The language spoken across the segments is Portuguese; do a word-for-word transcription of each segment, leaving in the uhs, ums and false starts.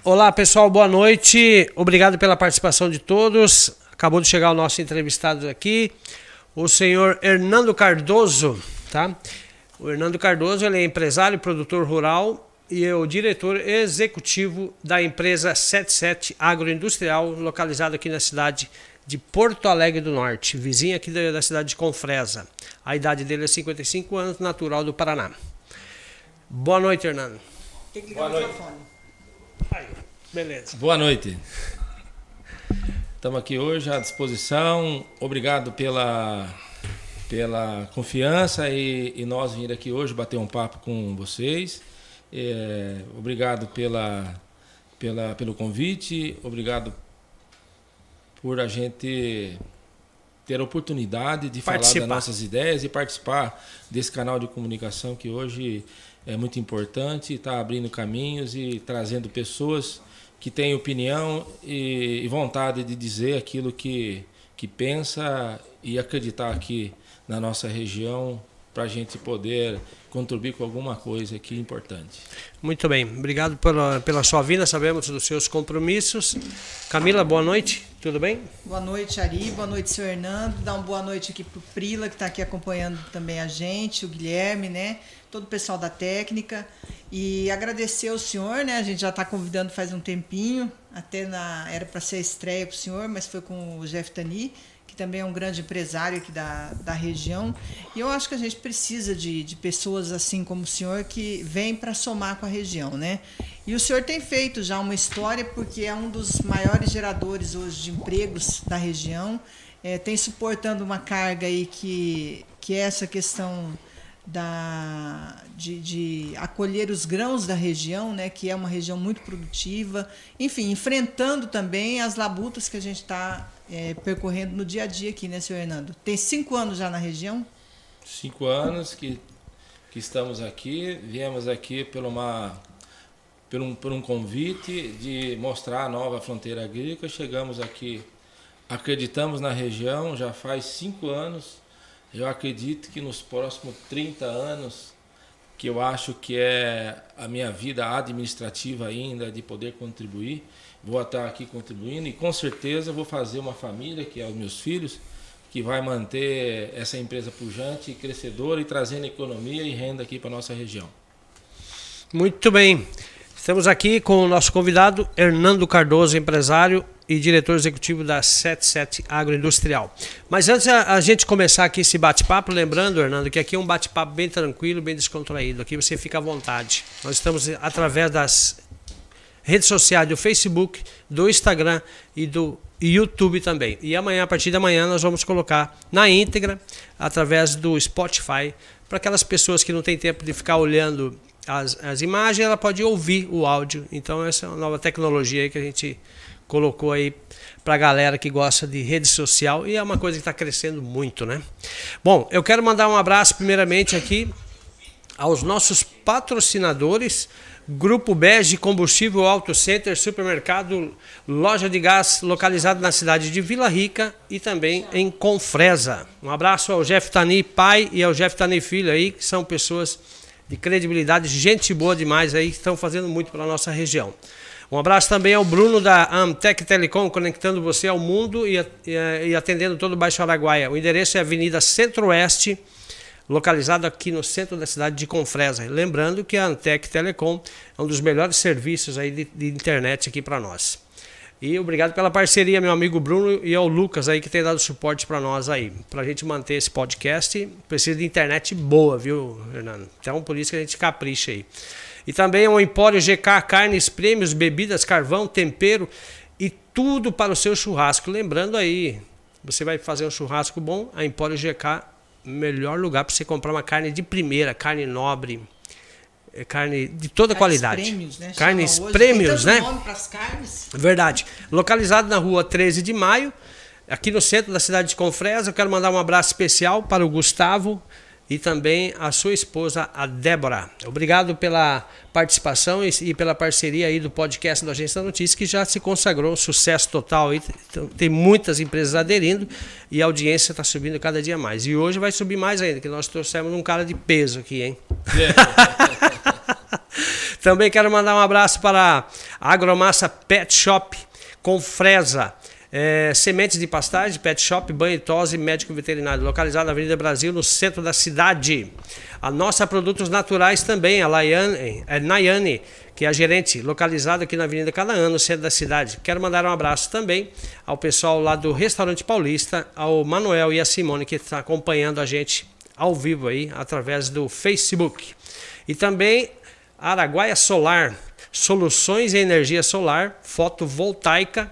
Olá pessoal, boa noite, obrigado pela participação de todos. Acabou de chegar o nosso entrevistado aqui, o senhor Hernando Cardoso, tá? O Hernando Cardoso, ele é empresário, produtor rural e é o diretor executivo da empresa setenta e sete Agroindustrial, localizado aqui na cidade de Porto Alegre do Norte, vizinha aqui da, da cidade de Confresa. A idade dele é cinquenta e cinco anos, natural do Paraná. Boa noite, Hernando. Tem que ligar o microfone. Aí, beleza. Boa noite. Estamos aqui hoje à disposição. Obrigado pela, pela confiança e, e nós vir aqui hoje bater um papo com vocês. É, obrigado pela, pela, pelo convite. Obrigado por a gente ter a oportunidade de Participar. falar das nossas ideias e participar desse canal de comunicação que hoje é muito importante, está abrindo caminhos e trazendo pessoas que têm opinião e, e vontade de dizer aquilo que, que pensa e acreditar aqui na nossa região para a gente poder contribuir com alguma coisa aqui importante. Muito bem, obrigado pela, pela sua vinda, sabemos dos seus compromissos. Camila, boa noite, tudo bem? Boa noite, Ari, boa noite, senhor Hernando. Dá uma boa noite aqui para o Prila, que está aqui acompanhando também a gente, o Guilherme, né? Todo o pessoal da técnica. E agradecer ao senhor, né? A gente já está convidando faz um tempinho, até na, era para ser a estreia com o senhor, mas foi com o Jeff Tani, que também é um grande empresário aqui da, da região. E eu acho que a gente precisa de, de pessoas assim como o senhor que vêm para somar com a região, né? E o senhor tem feito já uma história, porque é um dos maiores geradores hoje de empregos da região, é, tem suportando uma carga aí que, que é essa questão da, de, de acolher os grãos da região, né, que é uma região muito produtiva, enfim, enfrentando também as labutas que a gente está é, percorrendo no dia a dia aqui, né, senhor Hernando? Tem cinco anos já na região? Cinco anos que, que estamos aqui, viemos aqui por, uma, por, um, por um convite de mostrar a nova fronteira agrícola, chegamos aqui, acreditamos na região, já faz cinco anos. Eu acredito que nos próximos trinta anos, que eu acho que é a minha vida administrativa ainda, de poder contribuir, vou estar aqui contribuindo e com certeza vou fazer uma família, que é os meus filhos, que vai manter essa empresa pujante e crescedora e trazendo economia e renda aqui para a nossa região. Muito bem. Estamos aqui com o nosso convidado, Hernando Cardoso, empresário e diretor executivo da setenta e sete Agroindustrial. Mas antes a, a gente começar aqui esse bate-papo, lembrando, Hernando, que aqui é um bate-papo bem tranquilo, bem descontraído. Aqui você fica à vontade. Nós estamos através das redes sociais do Facebook, do Instagram e do YouTube também. E amanhã, a partir da manhã, nós vamos colocar na íntegra, através do Spotify, para aquelas pessoas que não têm tempo de ficar olhando as, as imagens, ela pode ouvir o áudio. Então essa é uma nova tecnologia aí que a gente colocou aí para a galera que gosta de rede social e é uma coisa que está crescendo muito, né? Bom, eu quero mandar um abraço primeiramente aqui aos nossos patrocinadores, Grupo Bege, Combustível Auto Center, Supermercado, Loja de Gás, localizado na cidade de Vila Rica e também em Confresa. Um abraço ao Jeff Tani pai e ao Jeff Tani filho aí, que são pessoas de credibilidade, gente boa demais aí, que estão fazendo muito pela nossa região. Um abraço também ao Bruno da Amtec Telecom, conectando você ao mundo e, e, e atendendo todo o Baixo Araguaia. O endereço é Avenida Centro-Oeste, localizado aqui no centro da cidade de Confresa. Lembrando que a Amtec Telecom é um dos melhores serviços aí de, de internet aqui para nós. E obrigado pela parceria, meu amigo Bruno, e ao Lucas aí que tem dado suporte para nós aí. Para a gente manter esse podcast, precisa de internet boa, viu, Fernando? Então por isso que a gente capricha aí. E também o Empório G K, carnes, prêmios, bebidas, carvão, tempero e tudo para o seu churrasco. Lembrando aí, você vai fazer um churrasco bom, a Empório G K, melhor lugar para você comprar uma carne de primeira, carne nobre, carne de toda Carnes qualidade. Prêmios, né? Carnes hoje. prêmios, Tem né? tanto nome pras carnes. Verdade. Localizado na rua treze de maio, aqui no centro da cidade de Confresa. Eu quero mandar um abraço especial para o Gustavo e também a sua esposa, a Débora. Obrigado pela participação e pela parceria aí do podcast do Agência da Notícia, que já se consagrou um sucesso total. Tem muitas empresas aderindo e a audiência está subindo cada dia mais. E hoje vai subir mais ainda, que nós trouxemos um cara de peso aqui, hein? Yeah. Também quero mandar um abraço para a Agromassa Pet Shop com Fresa. É, sementes de pastagem, pet shop, banho e tosse, médico veterinário, localizado na Avenida Brasil, no centro da cidade. A nossa Produtos Naturais também, a Laiane, é, Nayane, que é a gerente, localizada aqui na Avenida Canaã, no centro da cidade. Quero mandar um abraço também ao pessoal lá do Restaurante Paulista, ao Manuel e a Simone, que está acompanhando a gente ao vivo aí, através do Facebook. E também Araguaia Solar, soluções em energia solar, fotovoltaica.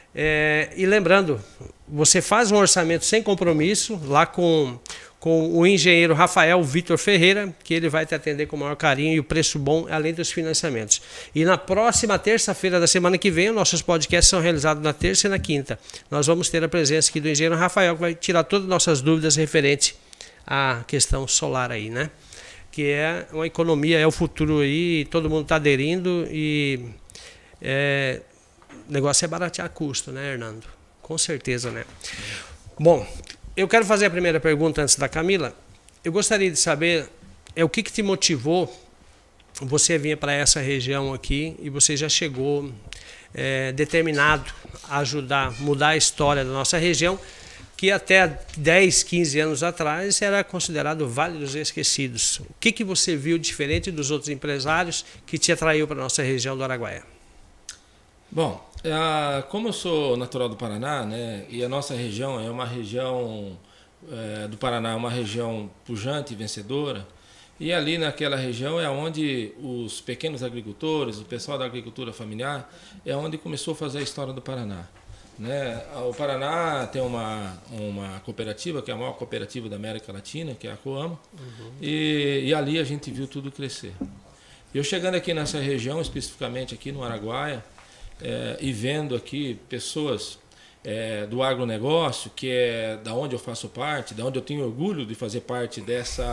É, e lembrando, você faz um orçamento sem compromisso lá com, com o engenheiro Rafael Vitor Ferreira, que ele vai te atender com o maior carinho e o preço bom, além dos financiamentos. E na próxima terça-feira da semana que vem, nossos podcasts são realizados na terça e na quinta. Nós vamos ter a presença aqui do engenheiro Rafael, que vai tirar todas as nossas dúvidas referentes à questão solar aí, né? Que é uma economia, é o futuro aí, todo mundo está aderindo e... É, o negócio é baratear custo, né, Hernando? Com certeza, né? Bom, eu quero fazer a primeira pergunta antes da Camila. Eu gostaria de saber é, o que, que te motivou você vir para essa região aqui e você já chegou é, determinado a ajudar, mudar a história da nossa região, que até dez, quinze anos atrás era considerado Vale dos Esquecidos. O que, que você viu diferente dos outros empresários que te atraiu para a nossa região do Araguaia? Bom, Uh, como eu sou natural do Paraná, né, e a nossa região é uma região uh, do Paraná, uma região pujante e vencedora, e ali naquela região é onde os pequenos agricultores, o pessoal da agricultura familiar, é onde começou a fazer a história do Paraná. Né? O Paraná tem uma, uma cooperativa, que é a maior cooperativa da América Latina, que é a Coamo, uhum. e, e ali a gente viu tudo crescer. Eu chegando aqui nessa região, especificamente aqui no Araguaia, É, e vendo aqui pessoas é, do agronegócio, que é da onde eu faço parte, da onde eu tenho orgulho de fazer parte dessa,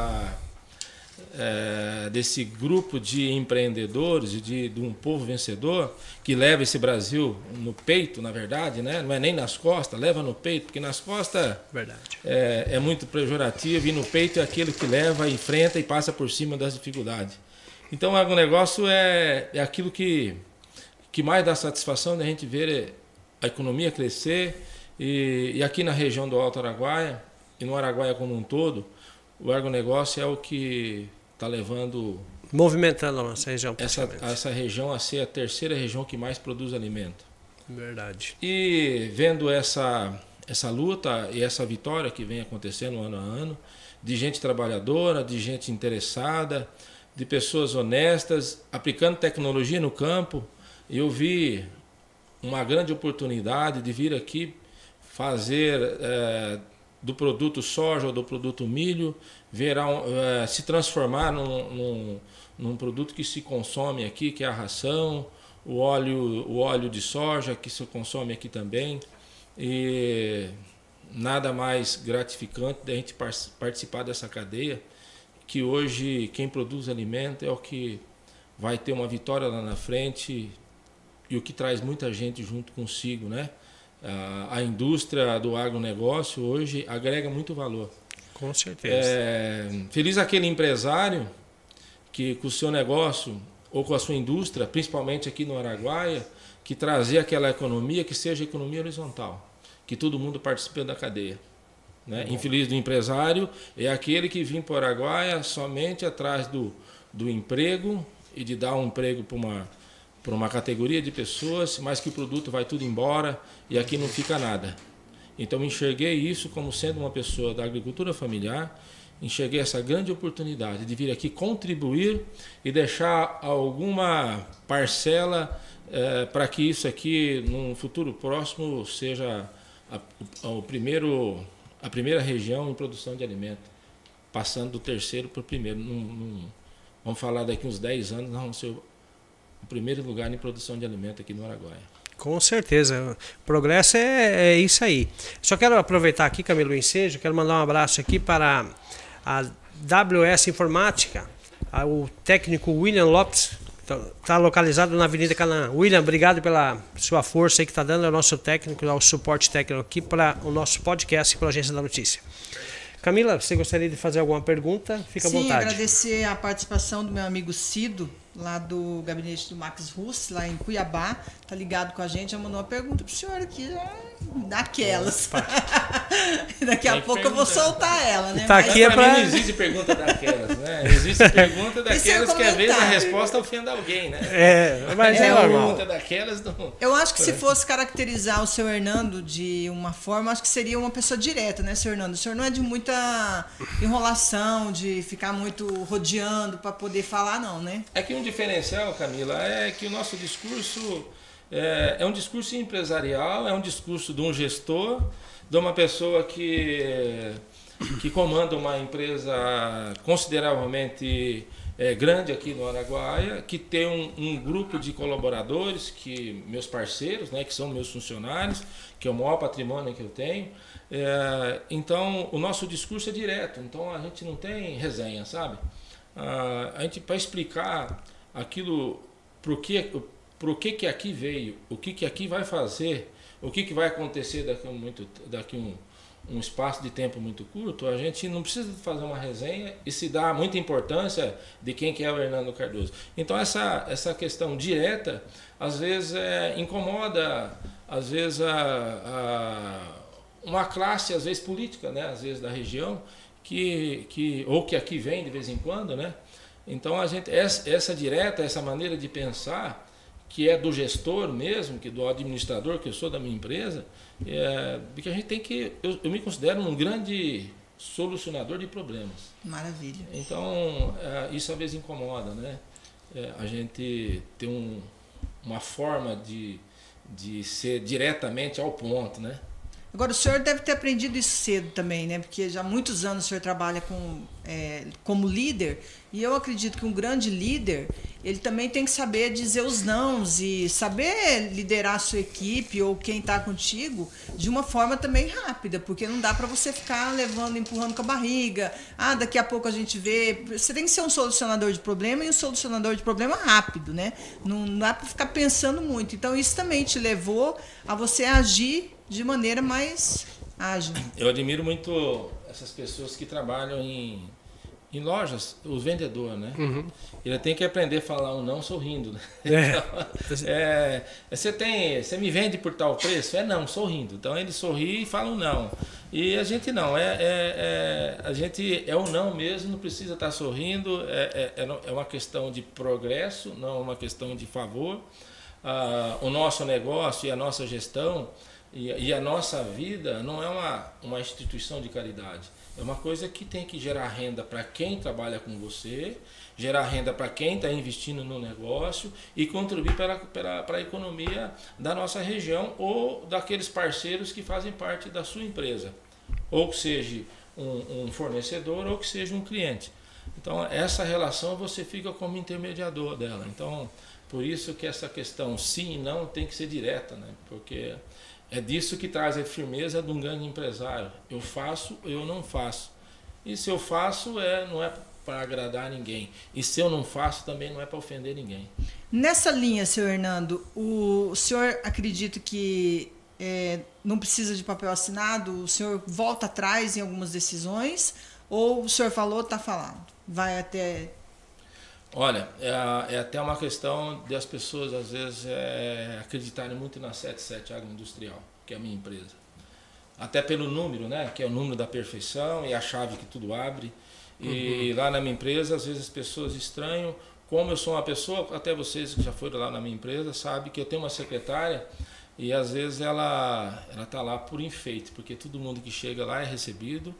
é, desse grupo de empreendedores e de, de um povo vencedor que leva esse Brasil no peito, na verdade, né? Não é nem nas costas, leva no peito, porque nas costas verdade. É, é muito pejorativo, e no peito é aquele que leva, enfrenta e passa por cima das dificuldades. Então o agronegócio é, é aquilo que que mais dá satisfação da gente ver a economia crescer, e, e aqui na região do Alto Araguaia e no Araguaia como um todo, o agronegócio é o que está levando movimentando a nossa região, essa, essa região a ser a terceira região que mais produz alimento. Verdade. E vendo essa, essa luta e essa vitória que vem acontecendo ano a ano, de gente trabalhadora, de gente interessada, de pessoas honestas, aplicando tecnologia no campo, eu vi uma grande oportunidade de vir aqui fazer é, do produto soja ou do produto milho virar, é, se transformar num, num, num produto que se consome aqui, que é a ração, o óleo, o óleo de soja que se consome aqui também. E nada mais gratificante da gente participar dessa cadeia, que hoje quem produz alimento é o que vai ter uma vitória lá na frente, e o que traz muita gente junto consigo, né? A, a indústria do agronegócio hoje agrega muito valor. Com certeza. É, feliz aquele empresário que com o seu negócio ou com a sua indústria, principalmente aqui no Araguaia, que trazer aquela economia que seja economia horizontal, que todo mundo participe da cadeia. Né? Infeliz do empresário é aquele que vem para o Araguaia somente atrás do, do emprego e de dar um emprego para uma para uma categoria de pessoas, mas que o produto vai tudo embora e aqui não fica nada. Então enxerguei isso como sendo uma pessoa da agricultura familiar, enxerguei essa grande oportunidade de vir aqui contribuir e deixar alguma parcela é, para que isso aqui, num futuro próximo, seja a, a, o primeiro, a primeira região em produção de alimento, passando do terceiro para o primeiro. Num, num, vamos falar daqui uns dez anos, nós vamos ser o primeiro lugar em produção de alimento aqui no Araguaia. Com certeza. O progresso é, é isso aí. Só quero aproveitar aqui, Camilo, o ensejo, quero mandar um abraço aqui para a W S Informática, o técnico William Lopes, está localizado na Avenida Canaã. William, obrigado pela sua força aí que está dando ao nosso técnico, ao suporte técnico aqui para o nosso podcast e para a Agência da Notícia. Camila, você gostaria de fazer alguma pergunta? Fica Sim, à vontade. Sim, agradecer a participação do meu amigo Cido, lá do gabinete do Max Russ, lá em Cuiabá, tá ligado com a gente, já mandou uma pergunta pro senhor aqui, já, daquelas. Daqui a pouco eu vou soltar ela, né? Tá Mas, aqui é pra... Não existe pergunta daquelas, né? Existe pergunta daquelas que às vezes a resposta ofenda alguém, né? É, mas é, É, normal. Pergunta daquelas não... eu acho que se fosse caracterizar o seu Hernando de uma forma, acho que seria uma pessoa direta, né, seu Hernando? O senhor não é de muita enrolação, de ficar muito rodeando para poder falar, não, né? É que um diferencial, Camila, é que o nosso discurso é, é um discurso empresarial, é um discurso de um gestor, de uma pessoa que, que comanda uma empresa consideravelmente é, grande aqui no Araguaia, que tem um, um grupo de colaboradores, que meus parceiros, né, que são meus funcionários, que é o maior patrimônio que eu tenho. É, então, o nosso discurso é direto, então a gente não tem resenha, sabe? Ah, a gente, para explicar aquilo, para o que, pro que que aqui veio, o que que aqui vai fazer, o que que vai acontecer daqui a muito, daqui um, um espaço de tempo muito curto, a gente não precisa fazer uma resenha e se dá muita importância de quem que é o Hernando Cardoso. Então essa, essa questão direta, às vezes é, incomoda, às vezes a, a, uma classe, às vezes política, né, às vezes da região, Que, que, ou que aqui vem de vez em quando, né? Então a gente, essa, essa direta, essa maneira de pensar, que é do gestor mesmo, que do administrador, que eu sou da minha empresa, é, porque a gente tem que, eu, eu me considero um grande solucionador de problemas. Maravilha. Então é, isso às vezes incomoda, né? É, a gente tem um, uma forma de, de ser diretamente ao ponto, né? Agora, o senhor deve ter aprendido isso cedo também, né? Porque já há muitos anos o senhor trabalha com, é, como líder, e eu acredito que um grande líder, ele também tem que saber dizer os nãos e saber liderar a sua equipe ou quem está contigo de uma forma também rápida, porque não dá para você ficar levando, empurrando com a barriga. Ah, daqui a pouco a gente vê. Você tem que ser um solucionador de problema e um solucionador de problema rápido, né? Não dá para ficar pensando muito. Então, isso também te levou a você agir de maneira mais ágil. Eu admiro muito essas pessoas que trabalham em, em lojas, os vendedores, né? Uhum. Ele tem que aprender a falar um não sorrindo, né? É. Então, é, você tem, você me vende por tal preço? É não, sorrindo. Então ele sorri e fala um não. E a gente não, é, é, é, a gente é um não mesmo, não precisa estar sorrindo, é, é, é uma questão de progresso, não uma questão de favor. Ah, o nosso negócio e a nossa gestão E, e a nossa vida não é uma, uma instituição de caridade. É uma coisa que tem que gerar renda para quem trabalha com você, gerar renda para quem está investindo no negócio e contribuir para, para, para a economia da nossa região ou daqueles parceiros que fazem parte da sua empresa. Ou que seja um, um fornecedor ou que seja um cliente. Então, essa relação você fica como intermediador dela. Então, por isso que essa questão sim e não tem que ser direta, né? Porque é disso que traz a firmeza de um grande empresário. Eu faço, eu não faço. E se eu faço, é, não é para agradar ninguém. E se eu não faço, também não é para ofender ninguém. Nessa linha, senhor Hernando, o senhor acredita que é, não precisa de papel assinado? O senhor volta atrás em algumas decisões? Ou o senhor falou, está falado? Vai até... Olha, é, é até uma questão de as pessoas, às vezes, é, acreditarem muito na setenta e sete Agroindustrial, que é a minha empresa. Até pelo número, né? Que é o número da perfeição e a chave que tudo abre. E uhum. Lá na minha empresa, às vezes as pessoas estranham. Como eu sou uma pessoa, até vocês que já foram lá na minha empresa, sabem que eu tenho uma secretária e às vezes ela ela está lá por enfeite, porque todo mundo que chega lá é recebido.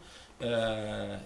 É,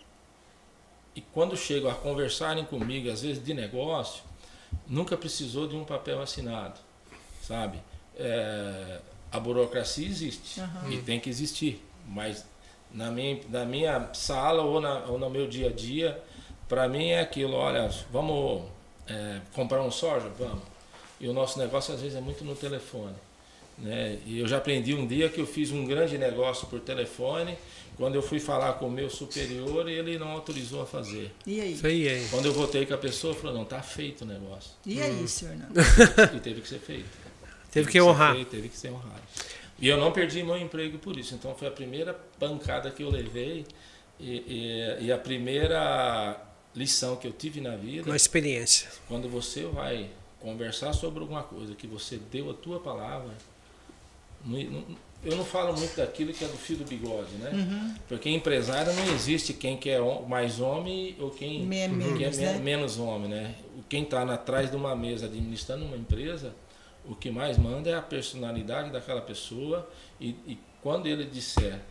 E quando chegam a conversarem comigo, às vezes de negócio, nunca precisou de um papel assinado, sabe? É, a burocracia existe uhum. e tem que existir, mas na minha, na minha sala ou, na, ou no meu dia a dia, para mim é aquilo, olha, vamos é, comprar um soja? Vamos. E o nosso negócio às vezes é muito no telefone. Né? E eu já aprendi um dia que eu fiz um grande negócio por telefone. Quando eu fui falar com o meu superior, ele não autorizou a fazer. E aí? E aí? Quando eu voltei com a pessoa, falou, não, tá feito o negócio. E aí, hum. senhor Hernando? E teve que ser feito. Teve, teve que, que honrar. Feito, teve que ser honrado. E eu não perdi meu emprego por isso. Então foi a primeira pancada que eu levei e, e, e a primeira lição que eu tive na vida. Uma experiência. Quando você vai conversar sobre alguma coisa que você deu a tua palavra, não, não, eu não falo muito daquilo que é do fio do bigode, né? Uhum. Porque empresário não existe quem quer mais homem ou quem, Me quem menos, é né? menos homem, né? Quem está atrás de uma mesa administrando uma empresa, o que mais manda é a personalidade daquela pessoa e, e quando ele disser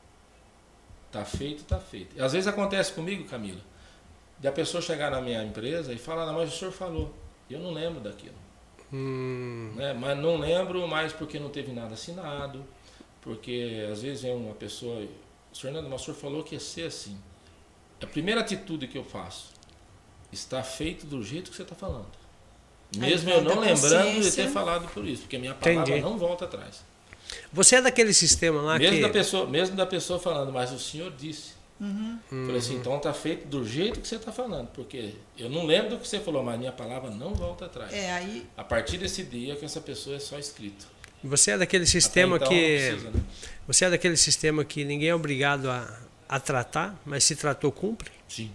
tá feito, tá feito. Às vezes acontece comigo, Camila, de a pessoa chegar na minha empresa e falar, mas o senhor falou, eu não lembro daquilo. Hum. Né? Mas não lembro mais porque não teve nada assinado, porque às vezes vem uma pessoa, Fernando, mas o senhor falou que ia ser assim. A primeira atitude que eu faço, está feito do jeito que você está falando. Mesmo eu não lembrando de ter falado por isso, porque a minha palavra Entendi. Não volta atrás. Você é daquele sistema lá mesmo que... Da pessoa, mesmo da pessoa falando, mas o senhor disse. Uhum. Falei assim, então está feito do jeito que você está falando, porque eu não lembro do que você falou, mas a minha palavra não volta atrás. É, aí... A partir desse dia que essa pessoa é só escrito. Você é daquele sistema então, que... Precisa, né? Você é daquele sistema que ninguém é obrigado a, a tratar, mas se tratou, cumpre? Sim.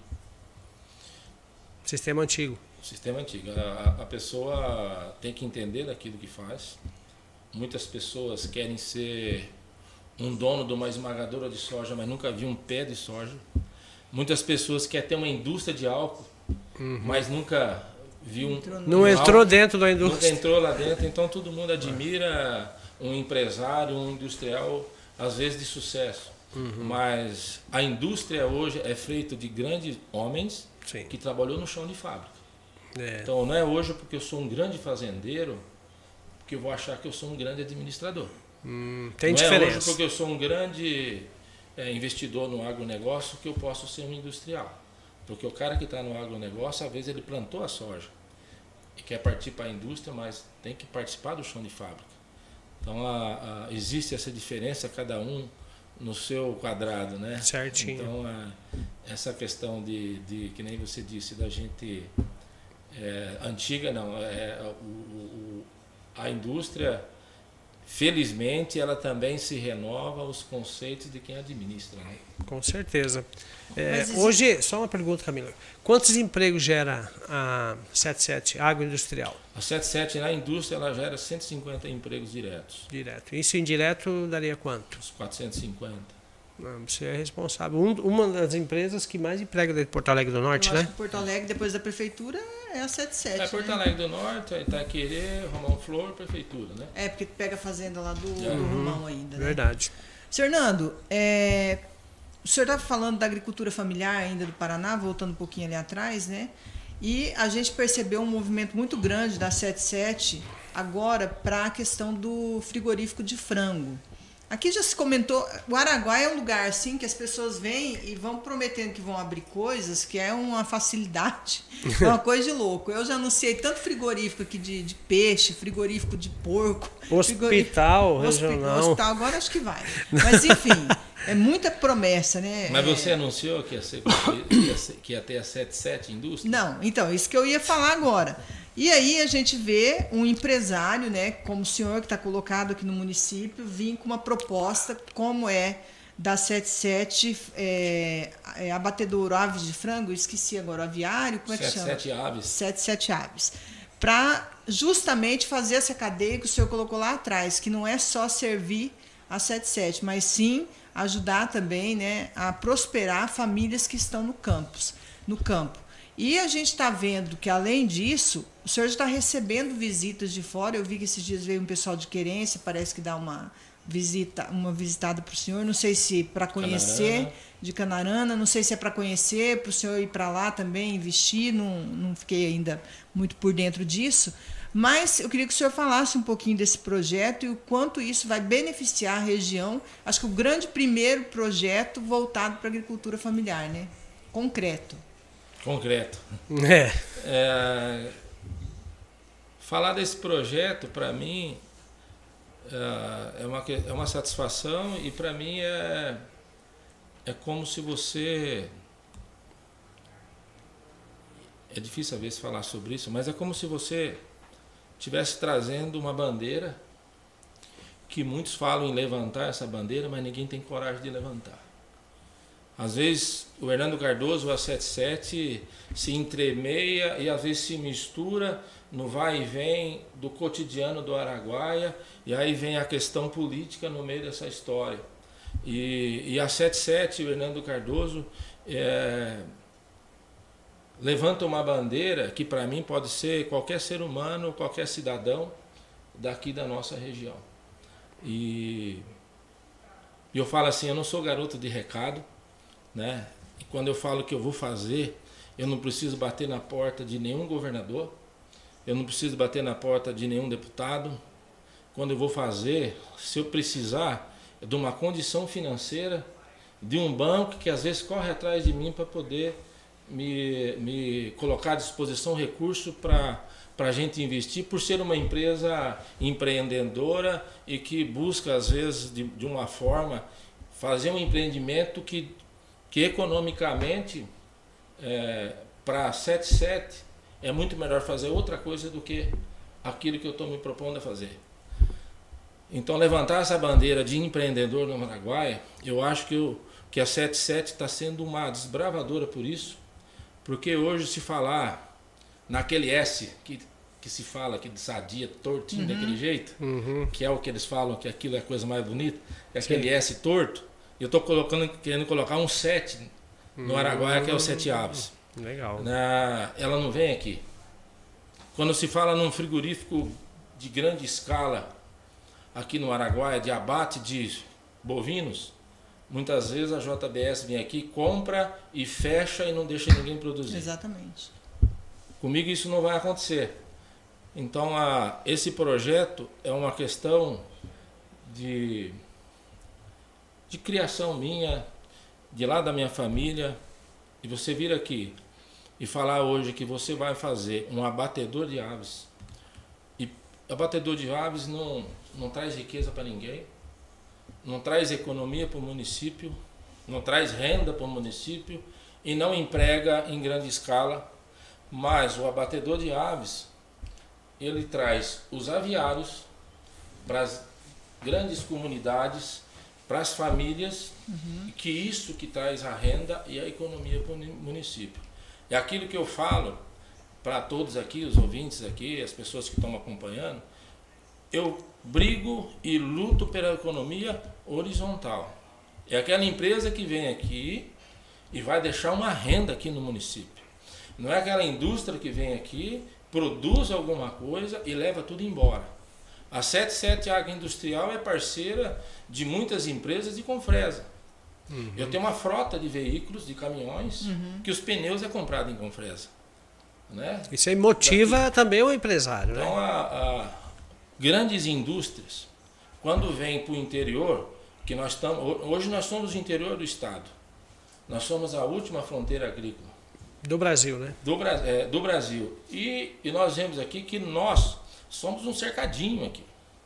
Sistema antigo. Sistema antigo. A, a pessoa tem que entender daquilo que faz. Muitas pessoas querem ser um dono de uma esmagadora de soja, mas nunca viu um pé de soja. Muitas pessoas querem ter uma indústria de álcool, uhum. mas nunca viu um Não um entrou álcool, dentro da indústria. Nunca entrou lá dentro. Então todo mundo admira um empresário, um industrial, às vezes de sucesso. Uhum. Mas a indústria hoje é feita de grandes homens Sim. que trabalhou no chão de fábrica. É. Então não é hoje porque eu sou um grande fazendeiro que eu vou achar que eu sou um grande administrador. Hum, tem não diferença. é hoje porque eu sou um grande é, investidor no agronegócio que eu posso ser um industrial. Porque o cara que está no agronegócio, às vezes ele plantou a soja e quer partir para a indústria, mas tem que participar do chão de fábrica. Então a, a, existe essa diferença, cada um no seu quadrado, né? Certinho. Então a, essa questão de, de, que nem você disse, da gente é, antiga, não, é, o, o, a indústria, felizmente, ela também se renova os conceitos de quem administra, né? Com certeza. É, hoje, só uma pergunta, Camila. Quantos empregos gera a setenta e sete Agroindustrial? A setenta e sete na indústria ela gera cento e cinquenta empregos diretos. Direto. Isso indireto daria quanto? Uns quatrocentos e cinquenta. Você é responsável. Um, uma das empresas que mais emprega dentro de Porto Alegre do Norte, Eu né? acho que Porto Alegre, depois da prefeitura, é a setenta e sete. É Porto né? Alegre do Norte, Itaquerê, Romão Flor, prefeitura, né? É, porque pega a fazenda lá do, uhum. do Romão ainda. Né? Verdade. Senhor Nando, é, o senhor estava falando da agricultura familiar ainda do Paraná, voltando um pouquinho ali atrás, né? E a gente percebeu um movimento muito grande da setenta e sete agora para a questão do frigorífico de frango. Aqui já se comentou, o Araguaia é um lugar assim que as pessoas vêm e vão prometendo que vão abrir coisas, que é uma facilidade, é uma coisa de louco. Eu já anunciei tanto frigorífico aqui de, de peixe, frigorífico de porco. Hospital regional. Hospital, agora acho que vai. Mas enfim, é muita promessa, né? Mas você é... anunciou que ia, ser, que, ia ser, que ia ter a setenta e sete indústria? Não, então, isso que eu ia falar agora. E aí a gente vê um empresário, né, como o senhor que está colocado aqui no município, vir com uma proposta como é da setenta e sete é, é, abatedouro aves de frango, eu esqueci agora, aviário, como é que chama? setenta e sete aves. setenta e sete aves. Para justamente fazer essa cadeia que o senhor colocou lá atrás, que não é só servir a setenta e sete, mas sim ajudar também, né, a prosperar famílias que estão no campus, no campo. E a gente está vendo que, além disso, o senhor já está recebendo visitas de fora. Eu vi que esses dias veio um pessoal de Querência, parece que dá uma visita, uma visitada para o senhor. Não sei se para conhecer, Canarana. de Canarana, não sei se é para conhecer, para o senhor ir para lá também, investir. Não, não fiquei ainda muito por dentro disso. Mas eu queria que o senhor falasse um pouquinho desse projeto e o quanto isso vai beneficiar a região. Acho que o grande primeiro projeto voltado para a agricultura familiar, né? Concreto. Concreto. É. É, falar desse projeto, para mim, é uma, é uma satisfação e, para mim, é, é como se você... É difícil, às vezes, falar sobre isso, mas é como se você estivesse trazendo uma bandeira que muitos falam em levantar essa bandeira, mas ninguém tem coragem de levantar. Às vezes o Hernando Cardoso, a setenta e sete, se entremeia e às vezes se mistura no vai e vem do cotidiano do Araguaia, e aí vem a questão política no meio dessa história. E, e a setenta e sete, o Hernando Cardoso, é, levanta uma bandeira que para mim pode ser qualquer ser humano, qualquer cidadão daqui da nossa região. E eu falo assim, eu não sou garoto de recado, né? E quando eu falo que eu vou fazer, eu não preciso bater na porta de nenhum governador, eu não preciso bater na porta de nenhum deputado. Quando eu vou fazer, se eu precisar de uma condição financeira, de um banco que às vezes corre atrás de mim para poder me, me colocar à disposição recurso para para a gente investir, por ser uma empresa empreendedora e que busca às vezes de, de uma forma fazer um empreendimento que, que economicamente é, para a setenta e sete é muito melhor fazer outra coisa do que aquilo que eu estou me propondo a fazer. Então, levantar essa bandeira de empreendedor no Araguaia, eu acho que, eu, que a setenta e sete está sendo uma desbravadora por isso, porque hoje se falar naquele S que, que se fala, que sadia, tortinho, uhum, daquele jeito, uhum, que é o que eles falam, que aquilo é a coisa mais bonita, é aquele S torto, eu estou colocando, querendo colocar um sete no Araguaia, que é o Sete Aves. Legal. Na, ela não vem aqui. Quando se fala num frigorífico de grande escala aqui no Araguaia, de abate de bovinos, muitas vezes a J B S vem aqui, compra e fecha e não deixa ninguém produzir. Exatamente. Comigo isso não vai acontecer. Então a, esse projeto é uma questão de, de criação minha, de lá da minha família. E você vir aqui e falar hoje que você vai fazer um abatedor de aves. E abatedor de aves não, não traz riqueza para ninguém, não traz economia para o município, não traz renda para o município e não emprega em grande escala. Mas o abatedor de aves, ele traz os aviários para as grandes comunidades, para as famílias, uhum, que isso que traz a renda e a economia para o município. É aquilo que eu falo para todos aqui, os ouvintes aqui, as pessoas que estão acompanhando, eu brigo e luto pela economia horizontal. É aquela empresa que vem aqui e vai deixar uma renda aqui no município. Não é aquela indústria que vem aqui, produz alguma coisa e leva tudo embora. A setenta e sete Agroindustrial é parceira de muitas empresas de Confresa. Uhum. Eu tenho uma frota de veículos, de caminhões, uhum, que os pneus é comprado em Confresa. Né? Isso aí motiva Daqui. também o empresário. Então, né? a, a grandes indústrias, quando vêm para o interior, que nós estamos, hoje nós somos o interior do estado. Nós somos a última fronteira agrícola. Do Brasil, né? Do, é, do Brasil. E, e nós vemos aqui que nós somos um cercadinho aqui.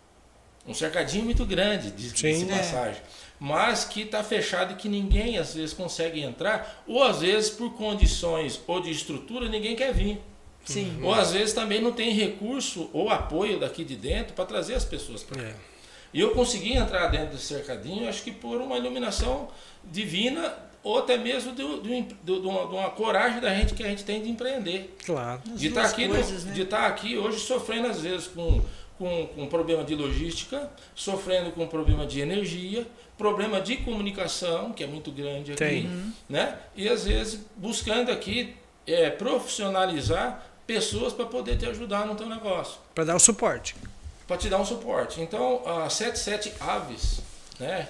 Um cercadinho muito grande, de, de passagem. É. Mas que está fechado e que ninguém às vezes consegue entrar, ou às vezes por condições ou de estrutura ninguém quer vir. Sim. Ou às vezes também não tem recurso ou apoio daqui de dentro para trazer as pessoas para cá. É. E eu consegui entrar dentro desse cercadinho, acho que por uma iluminação divina, ou até mesmo de, de, de, de, uma, de uma coragem da gente que a gente tem de empreender. Claro. De estar aqui, coisas, né? de estar aqui hoje sofrendo às vezes com, com, com problema de logística, sofrendo com problema de energia, problema de comunicação, que é muito grande aqui, tem. Né? E às vezes buscando aqui é, profissionalizar pessoas para poder te ajudar no teu negócio. Para dar o suporte. Para te dar um suporte. Então, a setenta e sete Aves, né?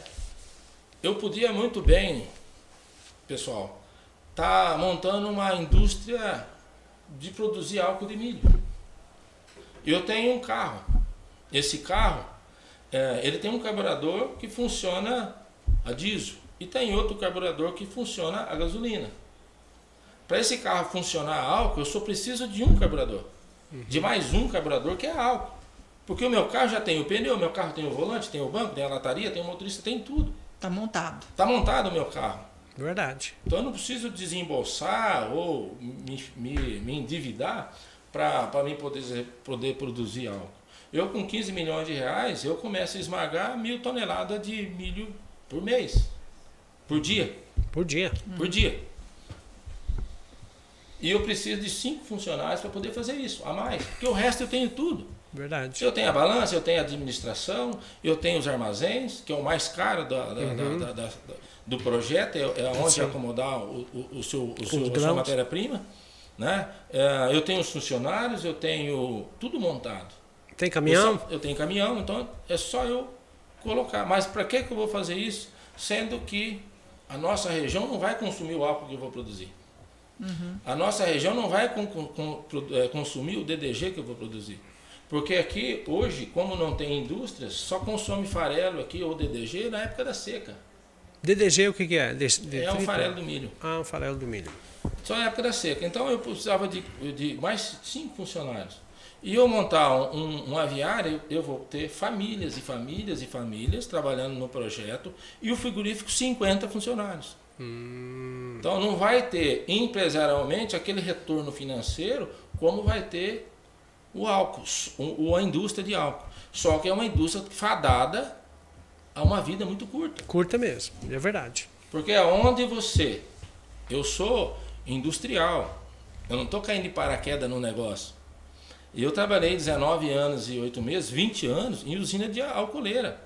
Eu podia muito bem, pessoal, tá montando uma indústria de produzir álcool de milho. Eu tenho um carro. Esse carro, é, ele tem um carburador que funciona a diesel e tem outro carburador que funciona a gasolina. Para esse carro funcionar a álcool, eu só preciso de um carburador. Uhum. De mais um carburador que é álcool. Porque o meu carro já tem o pneu, o meu carro tem o volante, tem o banco, tem a lataria, tem o motorista, tem tudo. Tá montado. Tá montado o meu carro. Verdade. Então eu não preciso desembolsar ou me, me, me endividar para mim poder, poder produzir álcool. Eu com quinze milhões de reais, eu começo a esmagar mil toneladas de milho por mês. Por dia. Por dia? Por dia. E eu preciso de cinco funcionários para poder fazer isso, a mais. Porque o resto eu tenho tudo. Verdade. Eu tenho a balança, eu tenho a administração, eu tenho os armazéns, que é o mais caro da, da, uhum. da, da, da, do projeto, é, é onde Sim. acomodar o, o, o seu, o seu, a sua matéria-prima. Né? É, eu tenho os funcionários, eu tenho tudo montado. Tem caminhão? Eu, só, eu tenho caminhão, então é só eu colocar. Mas para que, que eu vou fazer isso? Sendo que a nossa região não vai consumir o álcool que eu vou produzir. Uhum. A nossa região não vai com, com, com, é, consumir o D D G que eu vou produzir. Porque aqui, hoje, como não tem indústrias, só consome farelo aqui ou D D G na época da seca. D D G o que, que é? De, de é um farelo do milho. Ah, um farelo do milho. Só na época da seca. Então eu precisava de, de mais cinco funcionários. E eu montar um, um, um aviário, eu, eu vou ter famílias e famílias e famílias trabalhando no projeto e o frigorífico cinquenta funcionários. Hum. Então não vai ter empresarialmente aquele retorno financeiro como vai ter o álcool, ou a indústria de álcool. Só que é uma indústria fadada a uma vida muito curta. Curta mesmo, é verdade. Porque aonde você... Eu sou industrial, eu não estou caindo de paraquedas no negócio. E eu trabalhei dezenove anos e oito meses, vinte anos em usina de alcooleira.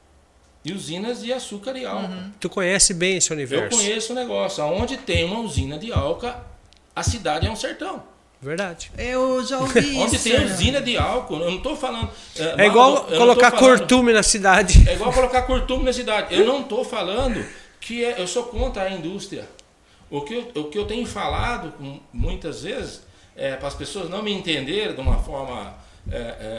E usinas de açúcar e álcool. Uhum. Tu conhece bem esse universo? Eu conheço o negócio. Onde tem uma usina de álcool, a cidade é um sertão. Verdade. Eu já ouvi isso. Onde tem usina de álcool, eu não estou falando... É, é igual colocar falando, cortume na cidade. É igual colocar cortume na cidade. Eu não estou falando que é, eu sou contra a indústria. O que eu, o que eu tenho falado muitas vezes, é, para as pessoas não me entenderem de uma forma é, é,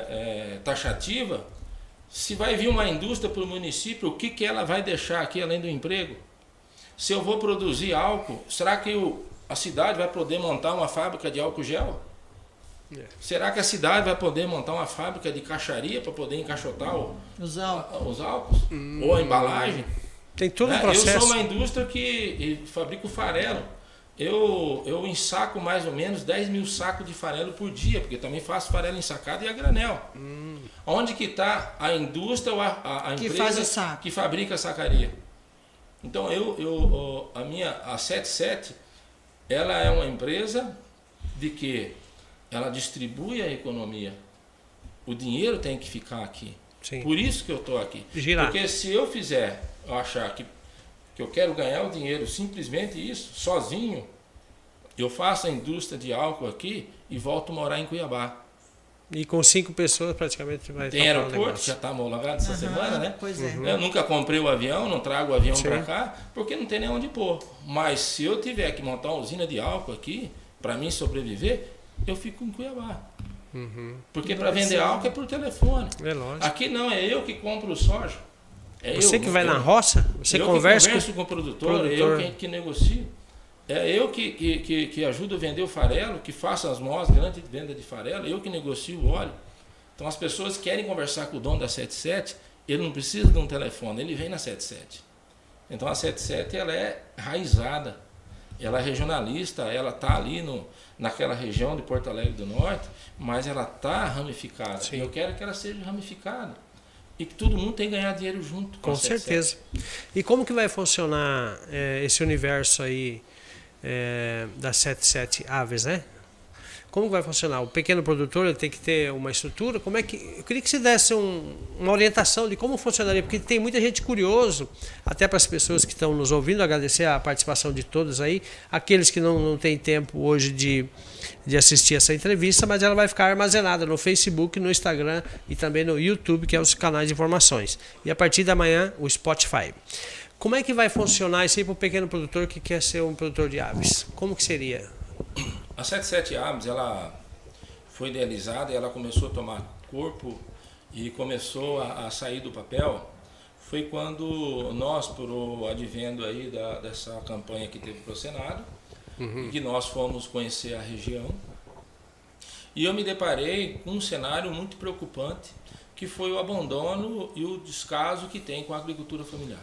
é, taxativa, se vai vir uma indústria para o município, o que, que ela vai deixar aqui além do emprego? Se eu vou produzir álcool, será que o, a cidade vai poder montar uma fábrica de álcool gel? É. Será que a cidade vai poder montar uma fábrica de caixaria para poder encaixotar o, os, álcool. os álcools? Hum. Ou a embalagem? Tem todo um processo. Eu sou uma indústria que fabrico farelo. Eu, eu ensaco mais ou menos dez mil sacos de farelo por dia, porque também faço farelo ensacado e a granel. Hum. Onde que está a indústria ou a, a, a que empresa que fabrica a sacaria? Então, eu, eu, a minha a setenta e sete, ela é uma empresa de que ela distribui a economia. O dinheiro tem que ficar aqui. Sim. Por isso que eu estou aqui. Girar. Porque se eu fizer, eu achar que, que eu quero ganhar o dinheiro simplesmente isso, sozinho, eu faço a indústria de álcool aqui e volto a morar em Cuiabá. E com cinco pessoas praticamente vai Tem aeroporto, já está homologado essa uhum, semana, né? Pois é. Eu nunca comprei o avião, não trago o avião para cá, porque não tem nem onde pôr. Mas se eu tiver que montar uma usina de álcool aqui, para mim sobreviver, eu fico em Cuiabá. Uhum. Porque para vender álcool é por telefone. É lógico. Aqui não, é eu que compro o soja. É você eu, que vai eu, na roça? Você eu conversa que converso com, com o produtor, produtor. É eu que, que negocio. É eu que, que, que, que ajudo a vender o farelo, que faço as mós, grande venda de farelo, eu que negocio o óleo. Então as pessoas querem conversar com o dono da setenta e sete, ele não precisa de um telefone, ele vem na setenta e sete. Então a setenta e sete ela é raizada, ela é regionalista, ela está ali no, naquela região de Porto Alegre do Norte, mas ela está ramificada. Sim. Eu quero que ela seja ramificada. E que todo mundo tem que ganhar dinheiro junto. Com, com certeza. E como que vai funcionar é, esse universo aí é, da setenta e sete Aves, né? Como vai funcionar? O pequeno produtor ele tem que ter uma estrutura? Como é que eu queria que você desse um, uma orientação de como funcionaria, porque tem muita gente curioso, até para as pessoas que estão nos ouvindo, agradecer a participação de todos aí, aqueles que não, não têm tempo hoje de, de assistir essa entrevista, mas ela vai ficar armazenada no Facebook, no Instagram e também no YouTube, que é os canais de informações. E a partir da manhã, o Spotify. Como é que vai funcionar isso aí para o pequeno produtor que quer ser um produtor de aves? Como que seria? A setenta e sete Aves, ela foi idealizada e ela começou a tomar corpo e começou a, a sair do papel. Foi quando nós, por o advento aí da, dessa campanha que teve para o Senado, uhum. que nós fomos conhecer a região. E eu me deparei com um cenário muito preocupante, que foi o abandono e o descaso que tem com a agricultura familiar.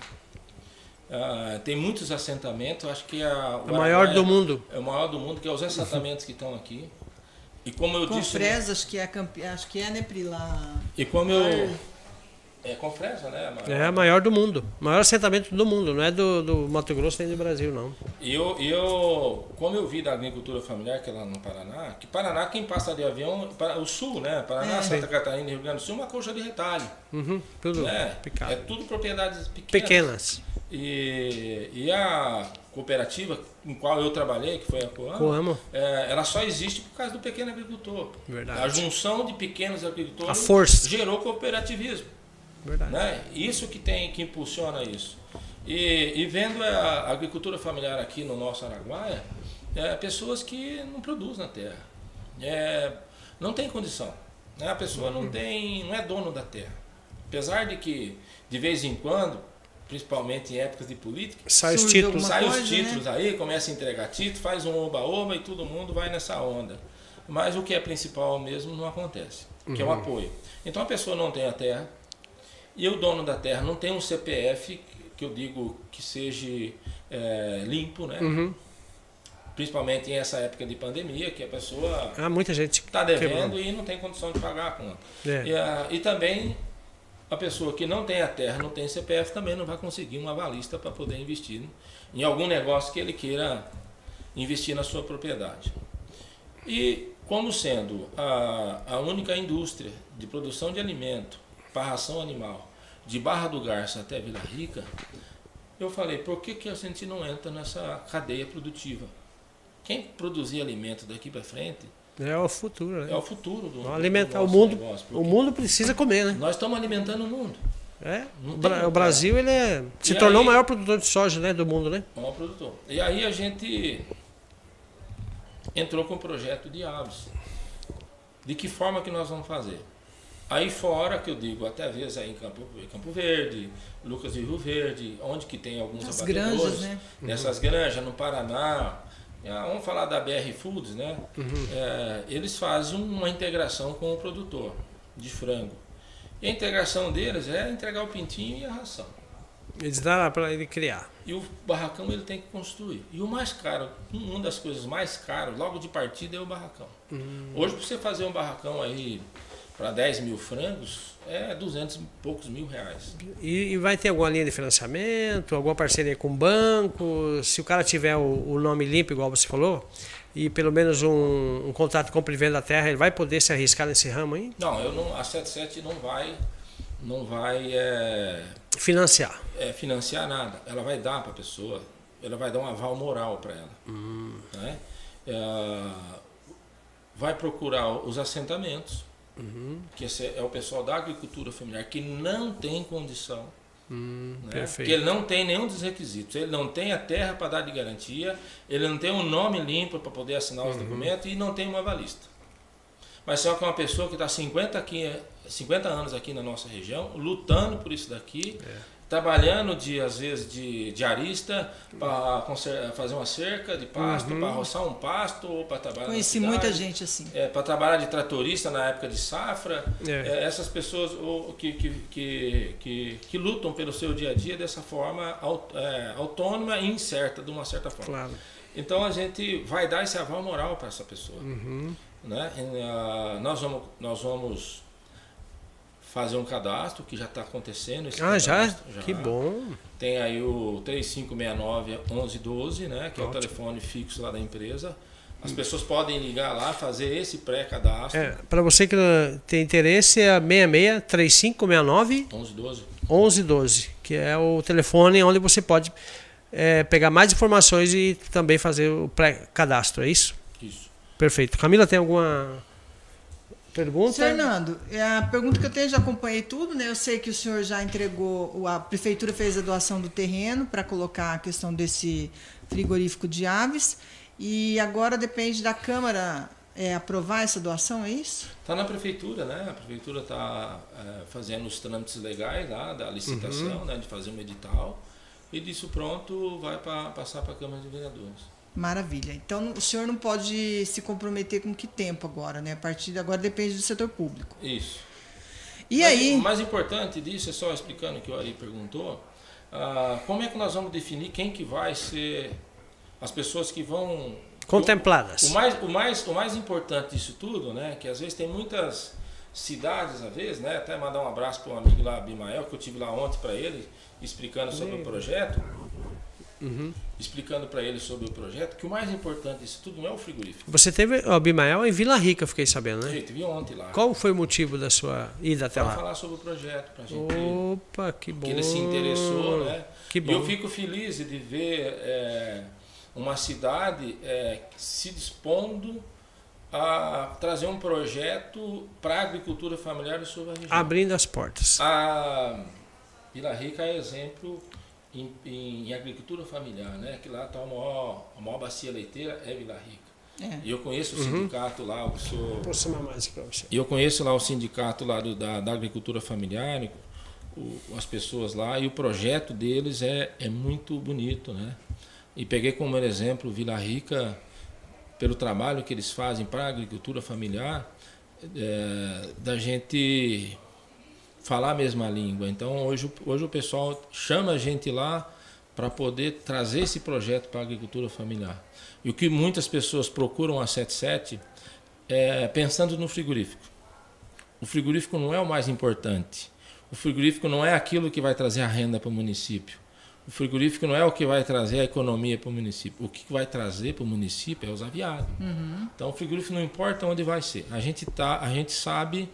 Uh, tem muitos assentamentos, acho que a, o maior do mundo. É o maior do mundo, que é os assentamentos que estão aqui. E como eu com disse, Fresas, acho que é campe... acho que é, né, Pri, lá. E como eu É Confresa, né? A maior. É a maior do mundo. O maior assentamento do mundo, não é do, do Mato Grosso nem do Brasil, não. E eu, eu, como eu vi da agricultura familiar, que é lá no Paraná, que Paraná, quem passa de avião, para o sul, né? Paraná, É. Santa Catarina e Rio Grande do Sul, uma coxa de retalho. Uhum, tudo Né? picado. É tudo propriedades pequenas. Pequenas. E, e a cooperativa em qual eu trabalhei, que foi a Coamo, Coamo. é, ela só existe por causa do pequeno agricultor. Verdade. A junção de pequenos agricultores A força. gerou cooperativismo. Verdade. Né? Isso que tem, que impulsiona isso. E, e vendo a agricultura familiar aqui no nosso Araguaia, é, pessoas que não produzem na terra. É, não tem condição. Né? A pessoa não, tem, não é dono da terra. Apesar de que, de vez em quando, principalmente em épocas de política, Sai os Surge títulos. alguma sai os coisa, títulos aí, começa a entregar títulos, faz um oba-oba e todo mundo vai nessa onda. Mas o que é principal mesmo não acontece, que é o apoio. Então a pessoa não tem a terra, e o dono da terra não tem um C P F, que eu digo que seja é, limpo, né? Uhum. Principalmente em essa época de pandemia, que a pessoa Há muita gente está devendo quebrou. e não tem condição de pagar a conta. É. E, a, e também a pessoa que não tem a terra, não tem C P F, também não vai conseguir um avalista para poder investir em algum negócio que ele queira investir na sua propriedade. E como sendo a, a única indústria de produção de alimento para ração animal, de Barra do Garça até Vila Rica, eu falei, por que, que a gente não entra nessa cadeia produtiva? Quem produzir alimento daqui para frente É o futuro, né? é o futuro do, Vamos alimentar do o nosso mundo. negócio, O porque mundo precisa comer, né? nós estamos alimentando o mundo. É. Não O, tem Bra- outra. o Brasil ele é, se E tornou aí- o maior produtor de soja, né, do mundo, né? É um produtor. E aí a gente entrou com o projeto de aves. De que forma que nós vamos fazer? Aí fora, que eu digo, até às vezes aí em Campo, Campo Verde, Lucas de Rio Verde, onde que tem alguns As abatedores, granjas, né? nessas granjas, no Paraná, ah, vamos falar da B R Foods, né? É, eles fazem uma integração com o produtor de frango. E a integração deles é entregar o pintinho e a ração. Eles dá para ele criar. E o barracão ele tem que construir. E o mais caro, uma das coisas mais caras, logo de partida, é o barracão. Hoje, para você fazer um barracão aí para dez mil frangos, é duzentos e poucos mil reais. E, e vai ter alguma linha de financiamento, alguma parceria com o banco? Se o cara tiver o, o nome limpo, igual você falou, e pelo menos um, um contrato de compra e venda da terra, ele vai poder se arriscar nesse ramo aí? Não, eu não, a setenta e sete não vai, não vai é, Financiar. é, financiar nada. Ela vai dar para a pessoa, ela vai dar um aval moral para ela. Hum. Né? É, vai procurar os assentamentos, Uhum. que esse é o pessoal da agricultura familiar que não tem condição. Hum, Né? perfeito. Porque ele não tem nenhum dos requisitos. Ele não tem a terra para dar de garantia, ele não tem um nome limpo para poder assinar os Uhum. documentos e não tem uma avalista. Mas só que é uma pessoa que está cinquenta, aqui, cinquenta anos aqui na nossa região, lutando por isso daqui, É. trabalhando de, às vezes de diarista para fazer uma cerca de pasto, Uhum. para roçar um pasto ou para trabalhar na Conheci cidade. muita gente assim. É, para trabalhar de tratorista na época de safra, É. é, essas pessoas o, que, que, que, que, que lutam pelo seu dia a dia dessa forma aut, é, autônoma e incerta, de uma certa forma. Claro. Então a gente vai dar esse aval moral para essa pessoa. Uhum. Né? E, uh, nós, vamos, nós vamos fazer um cadastro que já está acontecendo. Esse Ah, já? cadastro, já? Que bom. Tem aí o três cinco seis nove, onze doze, né? Que é o Ótimo. telefone fixo lá da empresa. As pessoas podem ligar lá, fazer esse pré-cadastro. É, para você que tem interesse, é seis seis três cinco seis nove onze doze. onze doze, que é o telefone onde você pode é, pegar mais informações e também fazer o pré-cadastro, é isso? Isso. Perfeito. Camila, tem alguma pergunta? Senhor Fernando, é a pergunta que eu tenho, já acompanhei tudo, né? Eu sei que o senhor já entregou, a prefeitura fez a doação do terreno para colocar a questão desse frigorífico de aves e agora depende da Câmara é, aprovar essa doação, é isso? Está na prefeitura, né? A prefeitura está é, fazendo os trâmites legais lá da licitação, Uhum. né? De fazer um edital. E disso pronto vai pra, passar para a Câmara de Vereadores. Maravilha. Então o senhor não pode se comprometer com que tempo agora, né? A partir de agora depende do setor público. Isso. E Mas aí? O mais importante disso, é só explicando o que o Ari perguntou, ah, como é que nós vamos definir quem que vai ser as pessoas que vão... Contempladas. O mais, o mais, o mais importante disso tudo, né, que às vezes tem muitas, cidades, às vezes, né? Até mandar um abraço para um amigo lá, Abimael, que eu tive lá ontem para ele, explicando sobre o projeto. Uhum. Explicando para ele sobre o projeto, que o mais importante disso tudo não é o frigorífico. Você teve o Abimael em Vila Rica, fiquei sabendo, né? Eu tive ontem lá. Qual foi o motivo da sua ida até pra lá? Para falar sobre o projeto, pra gente. Opa, que bom. Que ele se interessou, né? Que bom. E eu fico feliz de ver é, uma cidade é, se dispondo a trazer um projeto para a agricultura familiar e sobre a região. Abrindo as portas. A Vila Rica é exemplo em, em, em agricultura familiar, né? Que lá está a maior, a maior bacia leiteira é Vila Rica. É. E eu conheço o uhum. sindicato lá, o senhor... Vou aproximar mais aqui para você. E eu conheço lá o sindicato lá do, da, da agricultura familiar, o, as pessoas lá, e o projeto deles é, é muito bonito, né? E peguei como exemplo Vila Rica, pelo trabalho que eles fazem para a agricultura familiar, é, da gente falar a mesma língua. Então hoje, hoje o pessoal chama a gente lá para poder trazer esse projeto para a agricultura familiar. E o que muitas pessoas procuram a setenta e sete é pensando no frigorífico. O frigorífico não é o mais importante. O frigorífico não é aquilo que vai trazer a renda para o município. O frigorífico não é o que vai trazer a economia para o município. O que vai trazer para o município é os aviários. Uhum. Então o frigorífico não importa onde vai ser. A gente, tá, a gente sabe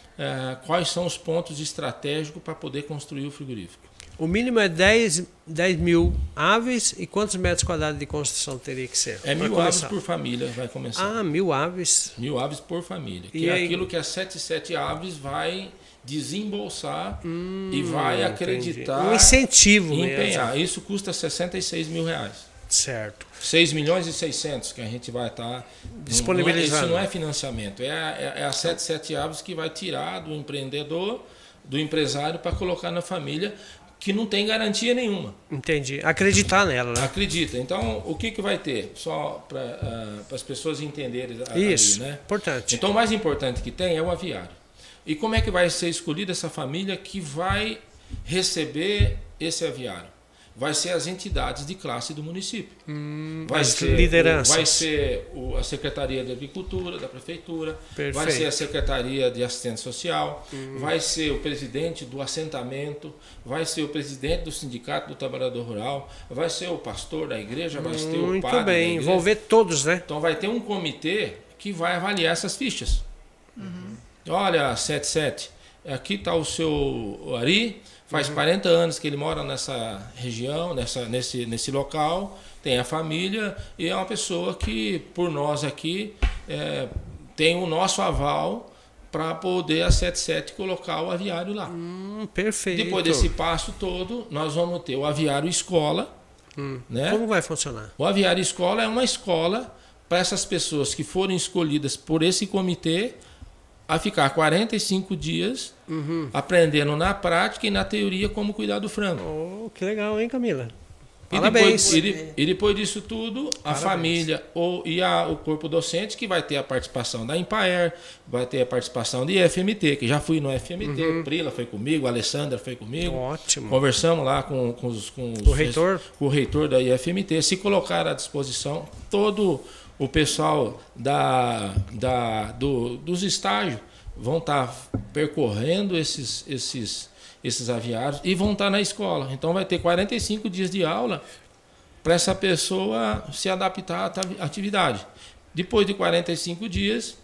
é, quais são os pontos estratégicos para poder construir o frigorífico. O mínimo é dez mil aves e quantos metros quadrados de construção teria que ser? É mil aves por família, vai começar. Ah, mil aves. Mil aves por família. Que e é aí? Aquilo que a setenta e sete Aves vai desembolsar hum, e vai acreditar. Um incentivo empenhar. mesmo. Isso custa sessenta e seis mil reais. Certo. seis milhões e seiscentos que a gente vai estar tá disponibilizando. Isso não é financiamento, é a, é a setenta e sete Aves que vai tirar do empreendedor, do empresário, para colocar na família, que não tem garantia nenhuma. Entendi. Acreditar nela, né? Acredita. Então, o que, que vai ter? Só para uh, as pessoas entenderem. Isso, ali, né? Importante. Então, o mais importante que tem é o aviário. E como é que vai ser escolhida essa família que vai receber esse aviário? Vai ser as entidades de classe do município. Hum, vai, as ser lideranças. O, vai ser o, a Secretaria de Agricultura da Prefeitura, Perfeito. Vai ser a Secretaria de Assistência Social, hum. vai ser o presidente do assentamento, vai ser o presidente do Sindicato do Trabalhador Rural, vai ser o pastor da igreja, vai ter o padre. Muito bem, envolver todos, né? Então vai ter um comitê que vai avaliar essas fichas. Uhum. Olha, setenta e sete, aqui está o seu Ari. Faz uhum. quarenta anos que ele mora nessa região, nessa, nesse, nesse local, tem a família e é uma pessoa que, por nós aqui, é, tem o nosso aval para poder a setenta e sete colocar o aviário lá. Hum, perfeito. Depois desse passo todo, nós vamos ter o aviário escola. Hum. Né? Como vai funcionar? O aviário escola é uma escola para essas pessoas que forem escolhidas por esse comitê a ficar quarenta e cinco dias uhum. aprendendo na prática e na teoria como cuidar do frango. Oh, que legal, hein, Camila? E Parabéns. Depois, e, e depois disso tudo, a Parabéns. família ou, e a, o corpo docente, que vai ter a participação da Empaer, vai ter a participação de F M T, que já fui no F M T, uhum. o Prila foi comigo, a Alessandra foi comigo. Ótimo. Conversamos lá com, com, os, com os, o reitor. o reitor da I F M T, se colocar à disposição todo o pessoal da, da, do, dos estágios vão estar tá percorrendo esses, esses, esses aviários e vão estar tá na escola. Então vai ter quarenta e cinco dias de aula para essa pessoa se adaptar à atividade. Depois de quarenta e cinco dias,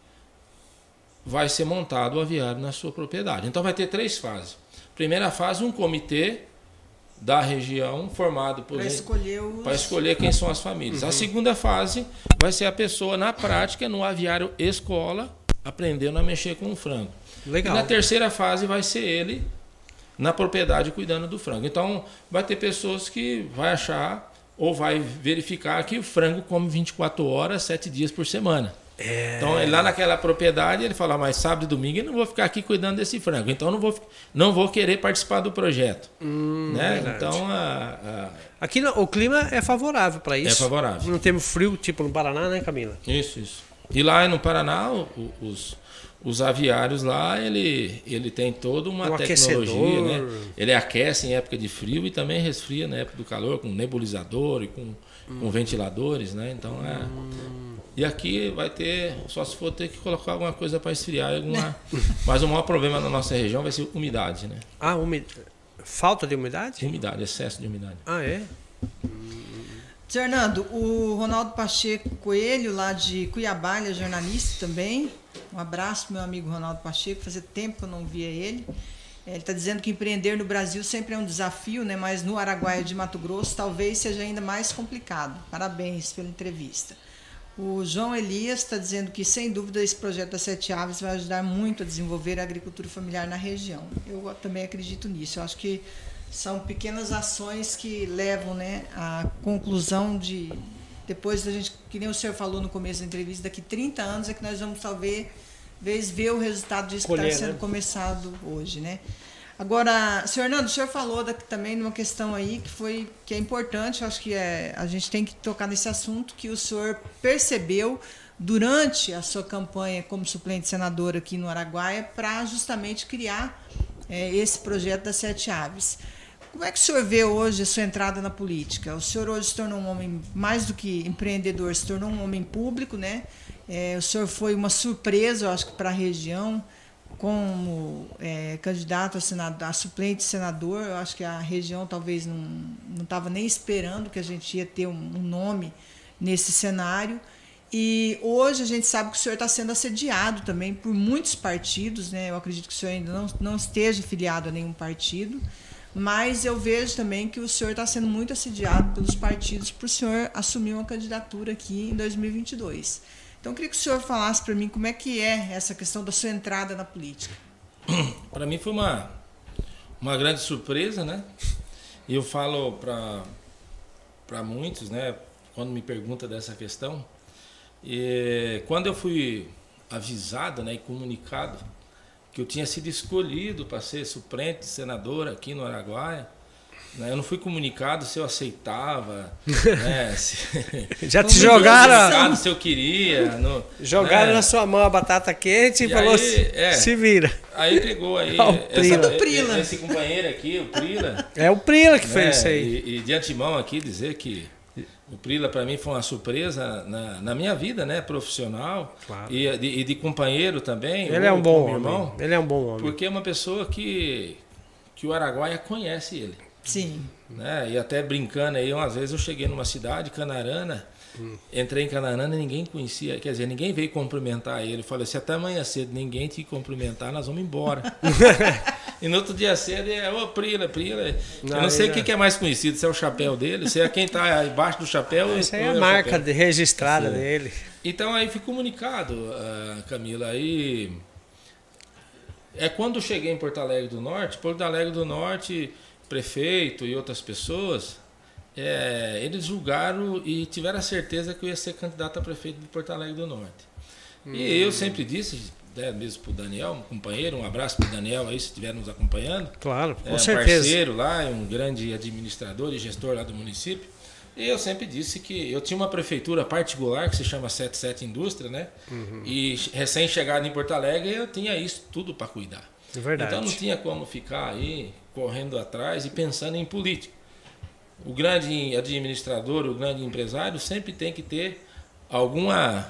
vai ser montado o aviário na sua propriedade. Então vai ter três fases. Primeira fase, um comitê da região formado por para escolher, os... para escolher quem são as famílias. Uhum. A segunda fase vai ser a pessoa na prática no aviário escola aprendendo a mexer com o frango. Legal. E na terceira fase vai ser ele na propriedade cuidando do frango. Então vai ter pessoas que vai achar ou vai verificar que o frango come vinte e quatro horas, sete dias por semana. É. Então, lá naquela propriedade, ele fala, mas sábado e domingo eu não vou ficar aqui cuidando desse frango. Então, não vou, não vou querer participar do projeto. Hum, né? Então, a, a... Aqui o clima é favorável para isso. É favorável. Não temos frio, tipo no Paraná, né, Camila? Isso, isso. E lá no Paraná, os, os aviários lá, ele, ele tem toda uma um tecnologia. Aquecedor. Né? Ele aquece em época de frio e também resfria na época do calor, com nebulizador e com, hum. com ventiladores. Né? Então, é... Hum. E aqui vai ter, só se for ter que colocar alguma coisa para esfriar. Alguma, mas o maior problema na nossa região vai ser umidade, né? Ah, umidade. Falta de umidade? Umidade, excesso de umidade. Ah, é? Seu Hernando, o Ronaldo Pacheco Coelho, lá de Cuiabá, ele é jornalista também. Um abraço, meu amigo Ronaldo Pacheco, fazia tempo que eu não via ele. Ele está dizendo que empreender no Brasil sempre é um desafio, né? Mas no Araguaia de Mato Grosso talvez seja ainda mais complicado. Parabéns pela entrevista. O João Elias está dizendo que, sem dúvida, esse projeto das Sete Aves vai ajudar muito a desenvolver a agricultura familiar na região. Eu também acredito nisso. Eu acho que são pequenas ações que levam, né, à conclusão de... Depois da gente, que nem o senhor falou no começo da entrevista, daqui trinta anos é que nós vamos talvez ver o resultado disso que está sendo né? começado hoje, né? Agora, senhor Hernando, o senhor falou da, também de uma questão aí que foi que é importante, eu acho que é, a gente tem que tocar nesse assunto, que o senhor percebeu durante a sua campanha como suplente senador aqui no Araguaia para justamente criar é, esse projeto das Sete Aves. Como é que o senhor vê hoje a sua entrada na política? O senhor hoje se tornou um homem, mais do que empreendedor, se tornou um homem público, né? É, o senhor foi uma surpresa, eu acho que para a região, como é, candidato a, senador, a suplente senador. Eu acho que a região talvez não estava nem esperando que a gente ia ter um, um nome nesse cenário. E hoje a gente sabe que o senhor está sendo assediado também por muitos partidos, né? Eu acredito que o senhor ainda não, não esteja filiado a nenhum partido, mas eu vejo também que o senhor está sendo muito assediado pelos partidos para o senhor assumir uma candidatura aqui em dois mil e vinte e dois. Então, eu queria que o senhor falasse para mim como é que é essa questão da sua entrada na política. Para mim foi uma, uma grande surpresa, né? E eu falo para para muitos, né? Quando me perguntam dessa questão, e quando eu fui avisado, né, e comunicado que eu tinha sido escolhido para ser suplente senador aqui no Araguaia, né, eu não fui comunicado se eu aceitava, né, se, já te jogaram, se eu queria, no, jogaram né, na sua mão a batata quente e, e falou aí, é, se vira. Aí pegou aí essa, Prila. esse companheiro aqui, o Prila. É o Prila que né, fez isso aí. E, e de antemão aqui dizer que o Prila para mim foi uma surpresa na, na minha vida, né, profissional, claro. e, de, e de companheiro também. Ele é um bom irmão, homem. Ele é um bom homem. Porque é uma pessoa que, que o Araguaia conhece ele. Sim. Né? E até brincando aí, umas vezes eu cheguei numa cidade, Canarana, hum. entrei em Canarana e ninguém conhecia, quer dizer, ninguém veio cumprimentar ele. Eu falei, se até amanhã cedo ninguém te cumprimentar, nós vamos embora. E no outro dia cedo é, ô Prila, Prila. Não, eu não sei o que é mais conhecido, se é o chapéu dele, se é quem está embaixo do chapéu. Essa é a marca de registrada assim, dele. Então aí fui comunicado, uh, Camila, aí é quando eu cheguei em Porto Alegre do Norte, Porto Alegre do Norte, prefeito e outras pessoas, é, eles julgaram e tiveram a certeza que eu ia ser candidato a prefeito de Porto Alegre do Norte. Hum. E eu sempre disse, né, mesmo para o Daniel, um companheiro, um abraço para o Daniel aí, se estiver nos acompanhando. Claro, com é, um certeza. parceiro lá, um grande administrador e gestor lá do município. E eu sempre disse que eu tinha uma prefeitura particular que se chama setenta e sete Indústria, né? Uhum. E recém-chegado em Porto Alegre eu tinha isso tudo para cuidar. É verdade. Então não tinha como ficar aí correndo atrás e pensando em política. O grande administrador, o grande empresário sempre tem que ter alguma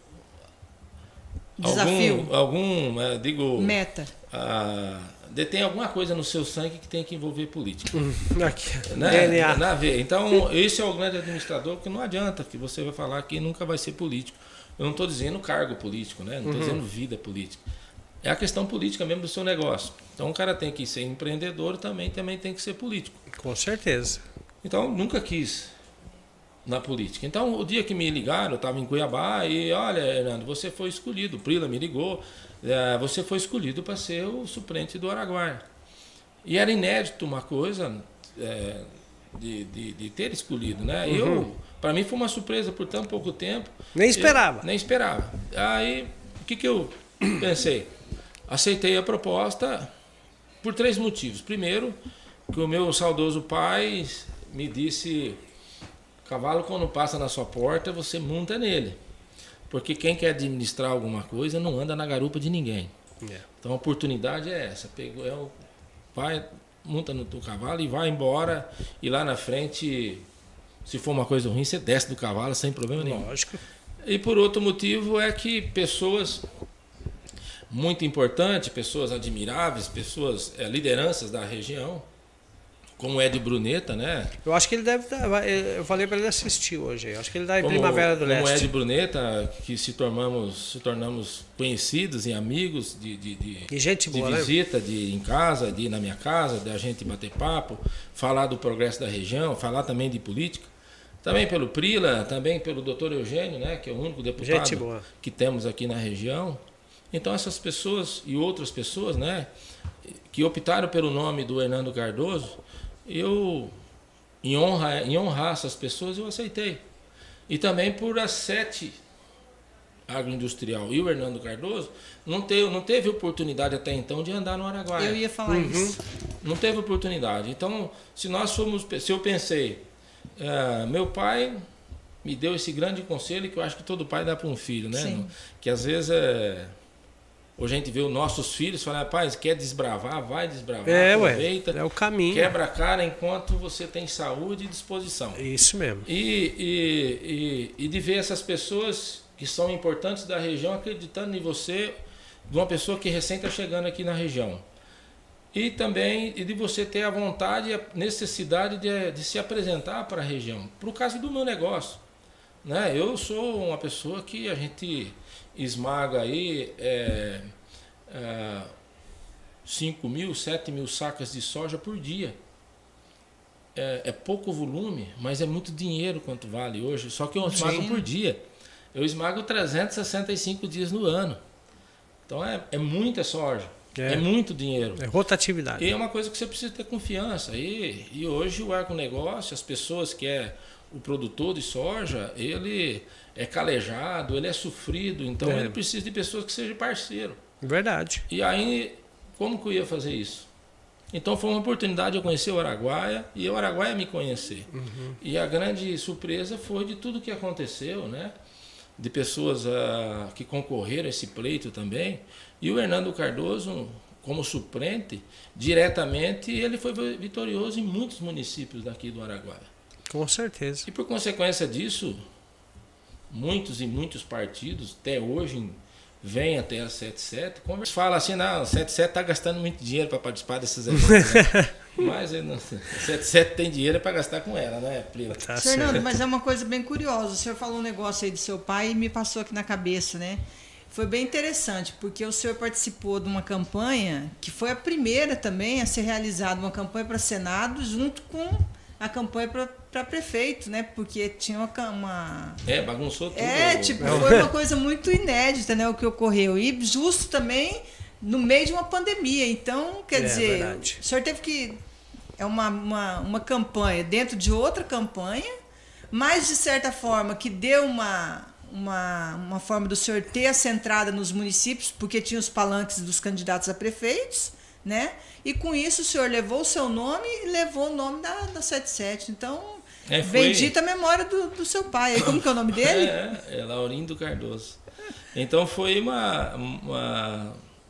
desafio, algum, algum digo meta. Ah, detém alguma coisa no seu sangue que tem que envolver política. Aqui, né? D N A. Na veia. Então esse é o grande administrador, que não adianta que você vai falar que nunca vai ser político. Eu não estou dizendo cargo político, né? Não estou uhum. dizendo vida política. É a questão política mesmo do seu negócio. Então o cara tem que ser empreendedor, também, também tem que ser político. Com certeza. Então nunca quis na política. Então o dia que me ligaram, eu estava em Cuiabá e olha, Hernando, você foi escolhido, o Prila me ligou, é, você foi escolhido para ser o suplente do Araguaia. E era inédito uma coisa é, de, de, de ter escolhido, né? Uhum. Eu, para mim foi uma surpresa por tão pouco tempo. Nem esperava. Eu, nem esperava. Aí o que, que eu pensei? Aceitei a proposta por três motivos. Primeiro, que o meu saudoso pai me disse, cavalo quando passa na sua porta, você monta nele. Porque quem quer administrar alguma coisa não anda na garupa de ninguém. Yeah. Então a oportunidade é essa. Pegou, é o, vai, monta no teu cavalo e vai embora. E lá na frente, se for uma coisa ruim, você desce do cavalo sem problema nenhum. Lógico. E por outro motivo é que pessoas muito importantes, pessoas admiráveis, pessoas, é, lideranças da região, como o Ed Bruneta, né? Eu acho que ele deve estar. Eu falei para ele assistir hoje. Eu acho que ele está em Como, Primavera do como Leste. o Ed Bruneta, que se tornamos, se tornamos conhecidos e amigos de, de, de, E gente de boa, visita, de ir em casa, de ir na minha casa, da gente bater papo, falar do progresso da região, falar também de política. Também pelo Prila, também pelo doutor Eugênio, né? Que é o único deputado que temos aqui na região. Então essas pessoas e outras pessoas, né, que optaram pelo nome do Hernando Cardoso, eu, em, honra, em honrar essas pessoas, eu aceitei. E também por a Sete Agroindustrial e o Hernando Cardoso, não teve, não teve oportunidade até então de andar no Araguaia. Eu ia falar Uhum. isso. Não teve oportunidade. Então, se nós fomos, se eu pensei, uh, meu pai me deu esse grande conselho que eu acho que todo pai dá para um filho, né? Sim. Que às vezes é... Hoje a gente vê os nossos filhos falar, rapaz, quer desbravar, vai desbravar, É, aproveita, ué, é o caminho. quebra a cara enquanto você tem saúde e disposição. Isso mesmo. E, e, e, e de ver essas pessoas que são importantes da região acreditando em você, de uma pessoa que recém está chegando aqui na região. E também e de você ter a vontade e a necessidade de, de se apresentar para a região. Por causa do meu negócio. Né? Eu sou uma pessoa que a gente esmaga aí é, é, cinco mil, sete mil sacas de soja por dia. É, é pouco volume, mas é muito dinheiro quanto vale hoje. Só que eu esmago Sim. por dia. Eu esmago trezentos e sessenta e cinco dias no ano. Então é, é muita soja. É. é muito dinheiro. É rotatividade. E é uma coisa que você precisa ter confiança. E, e hoje o agronegócio, as pessoas que é o produtor de soja, ele é calejado, ele é sofrido. Então É. ele precisa de pessoas que sejam parceiro. Verdade. E aí, como que eu ia fazer isso? Então foi uma oportunidade de eu conhecer o Araguaia e o Araguaia me conhecer. Uhum. E a grande surpresa foi de tudo que aconteceu, né? De pessoas uh, que concorreram a esse pleito também. E o Hernando Cardoso, como suplente, diretamente, ele foi vitorioso em muitos municípios daqui do Araguaia. Com certeza. E por consequência disso, muitos e muitos partidos, até hoje, vêm até a setenta e sete, conversa, fala assim, não, a setenta e sete está gastando muito dinheiro para participar desses eventos. Né? Mas a setenta e sete tem dinheiro para gastar com ela, né, Prila? Tá Fernando, certo. mas é uma coisa bem curiosa. O senhor falou um negócio aí do seu pai e me passou aqui na cabeça, né? Foi bem interessante, porque o senhor participou de uma campanha que foi a primeira também a ser realizada, uma campanha para Senado junto com a campanha para prefeito, né? Porque tinha uma, uma... É, bagunçou tudo. É, tipo, foi uma coisa muito inédita, né, o que ocorreu. E justo também no meio de uma pandemia. Então, quer É, dizer, verdade. o senhor teve que... É uma, uma, uma campanha dentro de outra campanha, mas, de certa forma, que deu uma, uma, uma forma do senhor ter essa entrada nos municípios, porque tinha os palanques dos candidatos a prefeitos, né? E com isso o senhor levou o seu nome e levou o nome da, da setenta e sete. Então, É, foi- bendita a memória do, do seu pai. E como que é o nome dele? É, é Laurindo Cardoso. Então foi uma, uma,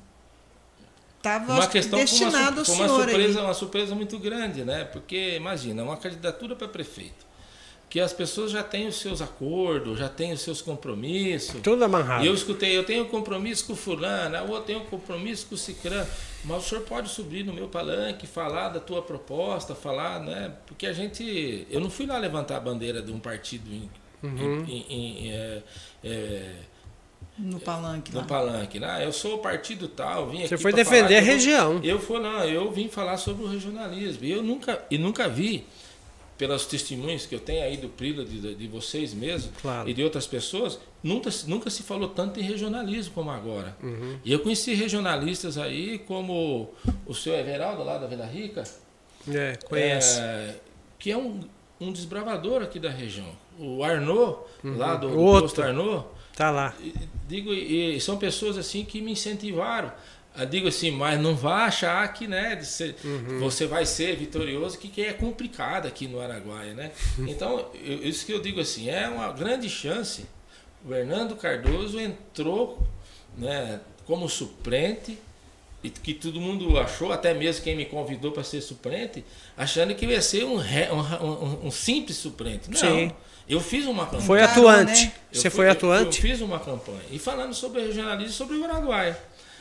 Estava uma questão, foi uma, destinado ao su- foi uma senhor surpresa, aí. uma surpresa muito grande, né? Porque imagina, uma candidatura para prefeito, que as pessoas já têm os seus acordos, já têm os seus compromissos. Tudo amarrado. E eu escutei, eu tenho compromisso com o fulano, ou eu tenho compromisso com o ciclano, mas o senhor pode subir no meu palanque, falar da tua proposta, falar, né? Porque a gente, eu não fui lá levantar a bandeira de um partido em, Uhum. em- em- em, é, é, No palanque lá. no palanque, né? Eu sou o partido tal, vim aqui Você foi pra defender falar que a eu vou- região. Eu fui, não, eu vim falar sobre o regionalismo. E eu nunca, e nunca vi, pelos testemunhos que eu tenho aí do Prila, de, de vocês mesmos, Claro. e de outras pessoas, nunca, nunca se falou tanto em regionalismo como agora. Uhum. E eu conheci regionalistas aí, como o seu Everaldo, lá da Vila Rica, É, conheço. é, que é um, um desbravador aqui da região. O Arnaud, lá do, do O outro. posto Arnaud, Tá lá. e- digo, e são pessoas assim que me incentivaram. Eu digo assim, mas não vá achar que, né, de ser- você vai ser vitorioso, que, que é complicado aqui no Araguaia, né? Então, eu- isso que eu digo assim, é uma grande chance. O Hernando Cardoso entrou, né, como suplente e que todo mundo achou, até mesmo quem me convidou para ser suplente, achando que ia ser um, um, um, um simples suplente. Não, Sim. eu fiz uma campanha. Foi atuante. Você foi atuante? Eu, eu fiz uma campanha. E falando sobre regionalismo, sobre o Araguaia.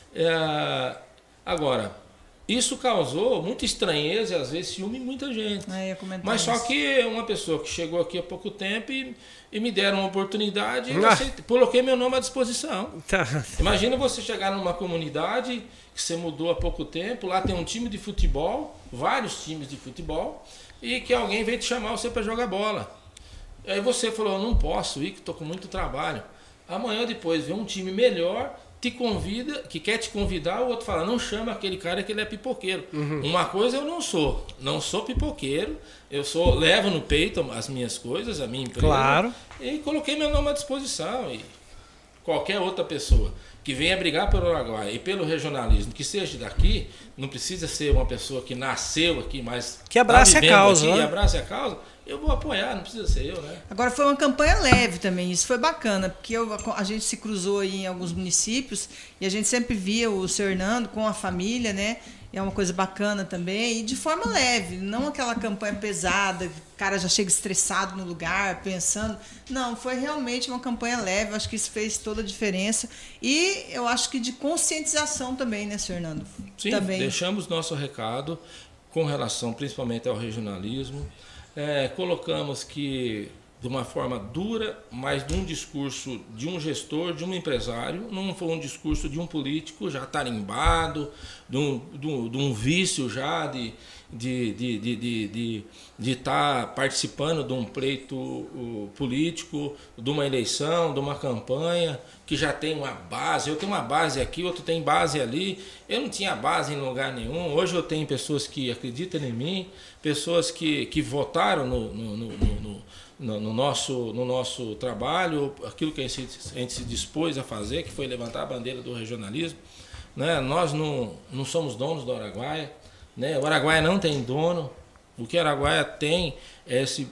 É, agora, isso causou muita estranheza e às vezes ciúme em muita gente. Ah, Mas isso. só que uma pessoa que chegou aqui há pouco tempo e, e me deram uma oportunidade, Ah. eu aceitei, coloquei meu nome à disposição. Tá. Imagina você chegar numa comunidade que você mudou há pouco tempo, lá tem um time de futebol, vários times de futebol, e que alguém veio te chamar você para jogar bola. Aí você falou, eu não posso ir, que estou com muito trabalho. Amanhã ou depois vem um time melhor, te convida, que quer te convidar, o outro fala, não chama aquele cara que ele é pipoqueiro. Uhum. Uma coisa eu não sou, não sou pipoqueiro, eu sou, levo no peito as minhas coisas, a minha empresa. Claro. E coloquei meu nome à disposição. E qualquer outra pessoa que venha brigar pelo Araguaia e pelo regionalismo, que seja daqui, não precisa ser uma pessoa que nasceu aqui, mas que abrace tá a causa, aqui, né? E abrace a causa, eu vou apoiar, não precisa ser eu, né? Agora foi uma campanha leve também, isso foi bacana, porque eu, a gente se cruzou aí em alguns municípios e a gente sempre via o seu Hernando com a família, né? É uma coisa bacana também, e de forma leve, não aquela campanha pesada, o cara já chega estressado no lugar, pensando. Não, foi realmente uma campanha leve, eu acho que isso fez toda a diferença. E eu acho que de conscientização também, né, senhor Hernando? Sim, também. Deixamos nosso recado com relação principalmente ao regionalismo. É, colocamos que de uma forma dura, mas de um discurso de um gestor, de um empresário, não foi um discurso de um político já tarimbado, de um, de um, de um vício já de de de de de, de, de estar participando de um pleito uh, político, de uma eleição, de uma campanha, que já tem uma base. Eu tenho uma base aqui, outro tem base ali. Eu não tinha base em lugar nenhum. Hoje eu tenho pessoas que acreditam em mim, pessoas que, que votaram no, no, no, no No, no, nosso, no nosso trabalho, aquilo que a gente, a gente se dispôs a fazer, que foi levantar a bandeira do regionalismo. Né? Nós não, não somos donos do Araguaia, né? O Araguaia não tem dono. O que o Araguaia tem é esse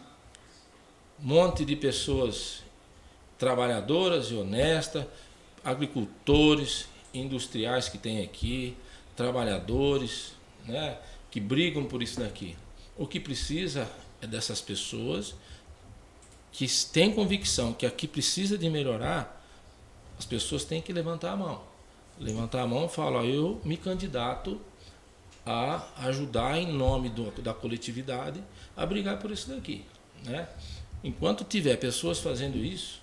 monte de pessoas trabalhadoras e honestas, agricultores, industriais que tem aqui, trabalhadores, né? Que brigam por isso daqui. O que precisa é dessas pessoas que têm convicção que aqui precisa de melhorar. As pessoas têm que levantar a mão. Levantar a mão e falar, ó, eu me candidato a ajudar em nome do, da coletividade a brigar por isso daqui. Né? Enquanto tiver pessoas fazendo isso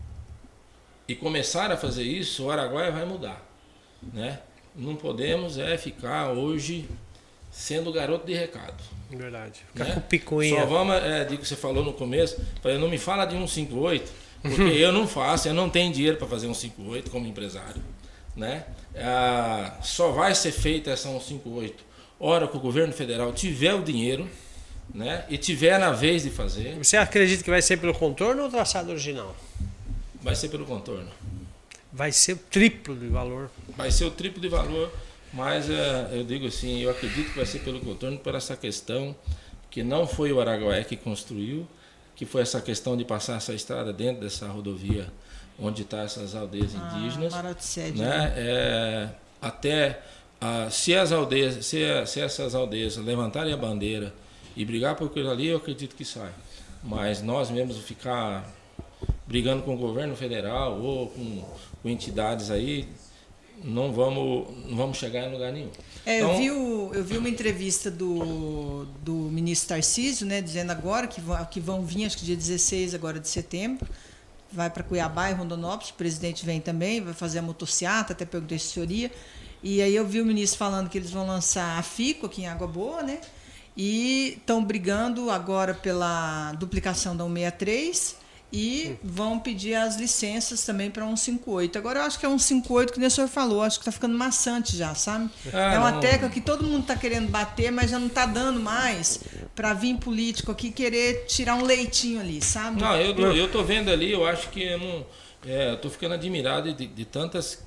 e começar a fazer isso, o Araguaia vai mudar. Né? Não podemos é ficar hoje sendo garoto de recado. Verdade. Ficar Né? com picuinha. Só vamos, é, de que você falou no começo, falei, não me fala de um cinco oito, porque eu não faço, eu não tenho dinheiro para fazer um cinco oito como empresário. Né? Ah, só vai ser feita essa um cinco oito hora que o governo federal tiver o dinheiro, né? E tiver na vez de fazer. Você acredita que vai ser pelo contorno ou traçado original? Vai ser pelo contorno. Vai ser o triplo de valor. Vai ser o triplo de valor. Mas é, eu digo assim, eu acredito que vai ser pelo contorno por essa questão que não foi o Araguaia que construiu, que foi essa questão de passar essa estrada dentro dessa rodovia onde estão essas aldeias indígenas. Ah, Sede, né? né? É, até ah, se as aldeias, se, se essas aldeias levantarem a bandeira e brigar por aquilo ali, eu acredito que sai. Mas nós mesmos ficar brigando com o governo federal ou com, com entidades aí, não vamos, não vamos chegar em lugar nenhum. É, então, eu, vi o, eu vi uma entrevista do, do ministro Tarcísio, né, dizendo agora que vão, que vão vir, acho que dia dezesseis agora de setembro, vai para Cuiabá e Rondonópolis, o presidente vem também, vai fazer a motociata, até perguntei se assessoria. E aí eu vi o ministro falando que eles vão lançar a FICO aqui em Água Boa, né? E estão brigando agora pela duplicação da cento e sessenta e três e vão pedir as licenças também para cento e cinquenta e oito. Agora eu acho que é cento e cinquenta e oito que nem o senhor falou, acho que está ficando maçante já, sabe? Ah, é uma não. tecla que todo mundo está querendo bater, mas já não está dando mais para vir político aqui querer tirar um leitinho ali, sabe? Não, eu tô, eu tô vendo ali, eu acho que eu não, é, eu tô ficando admirado de, de tantas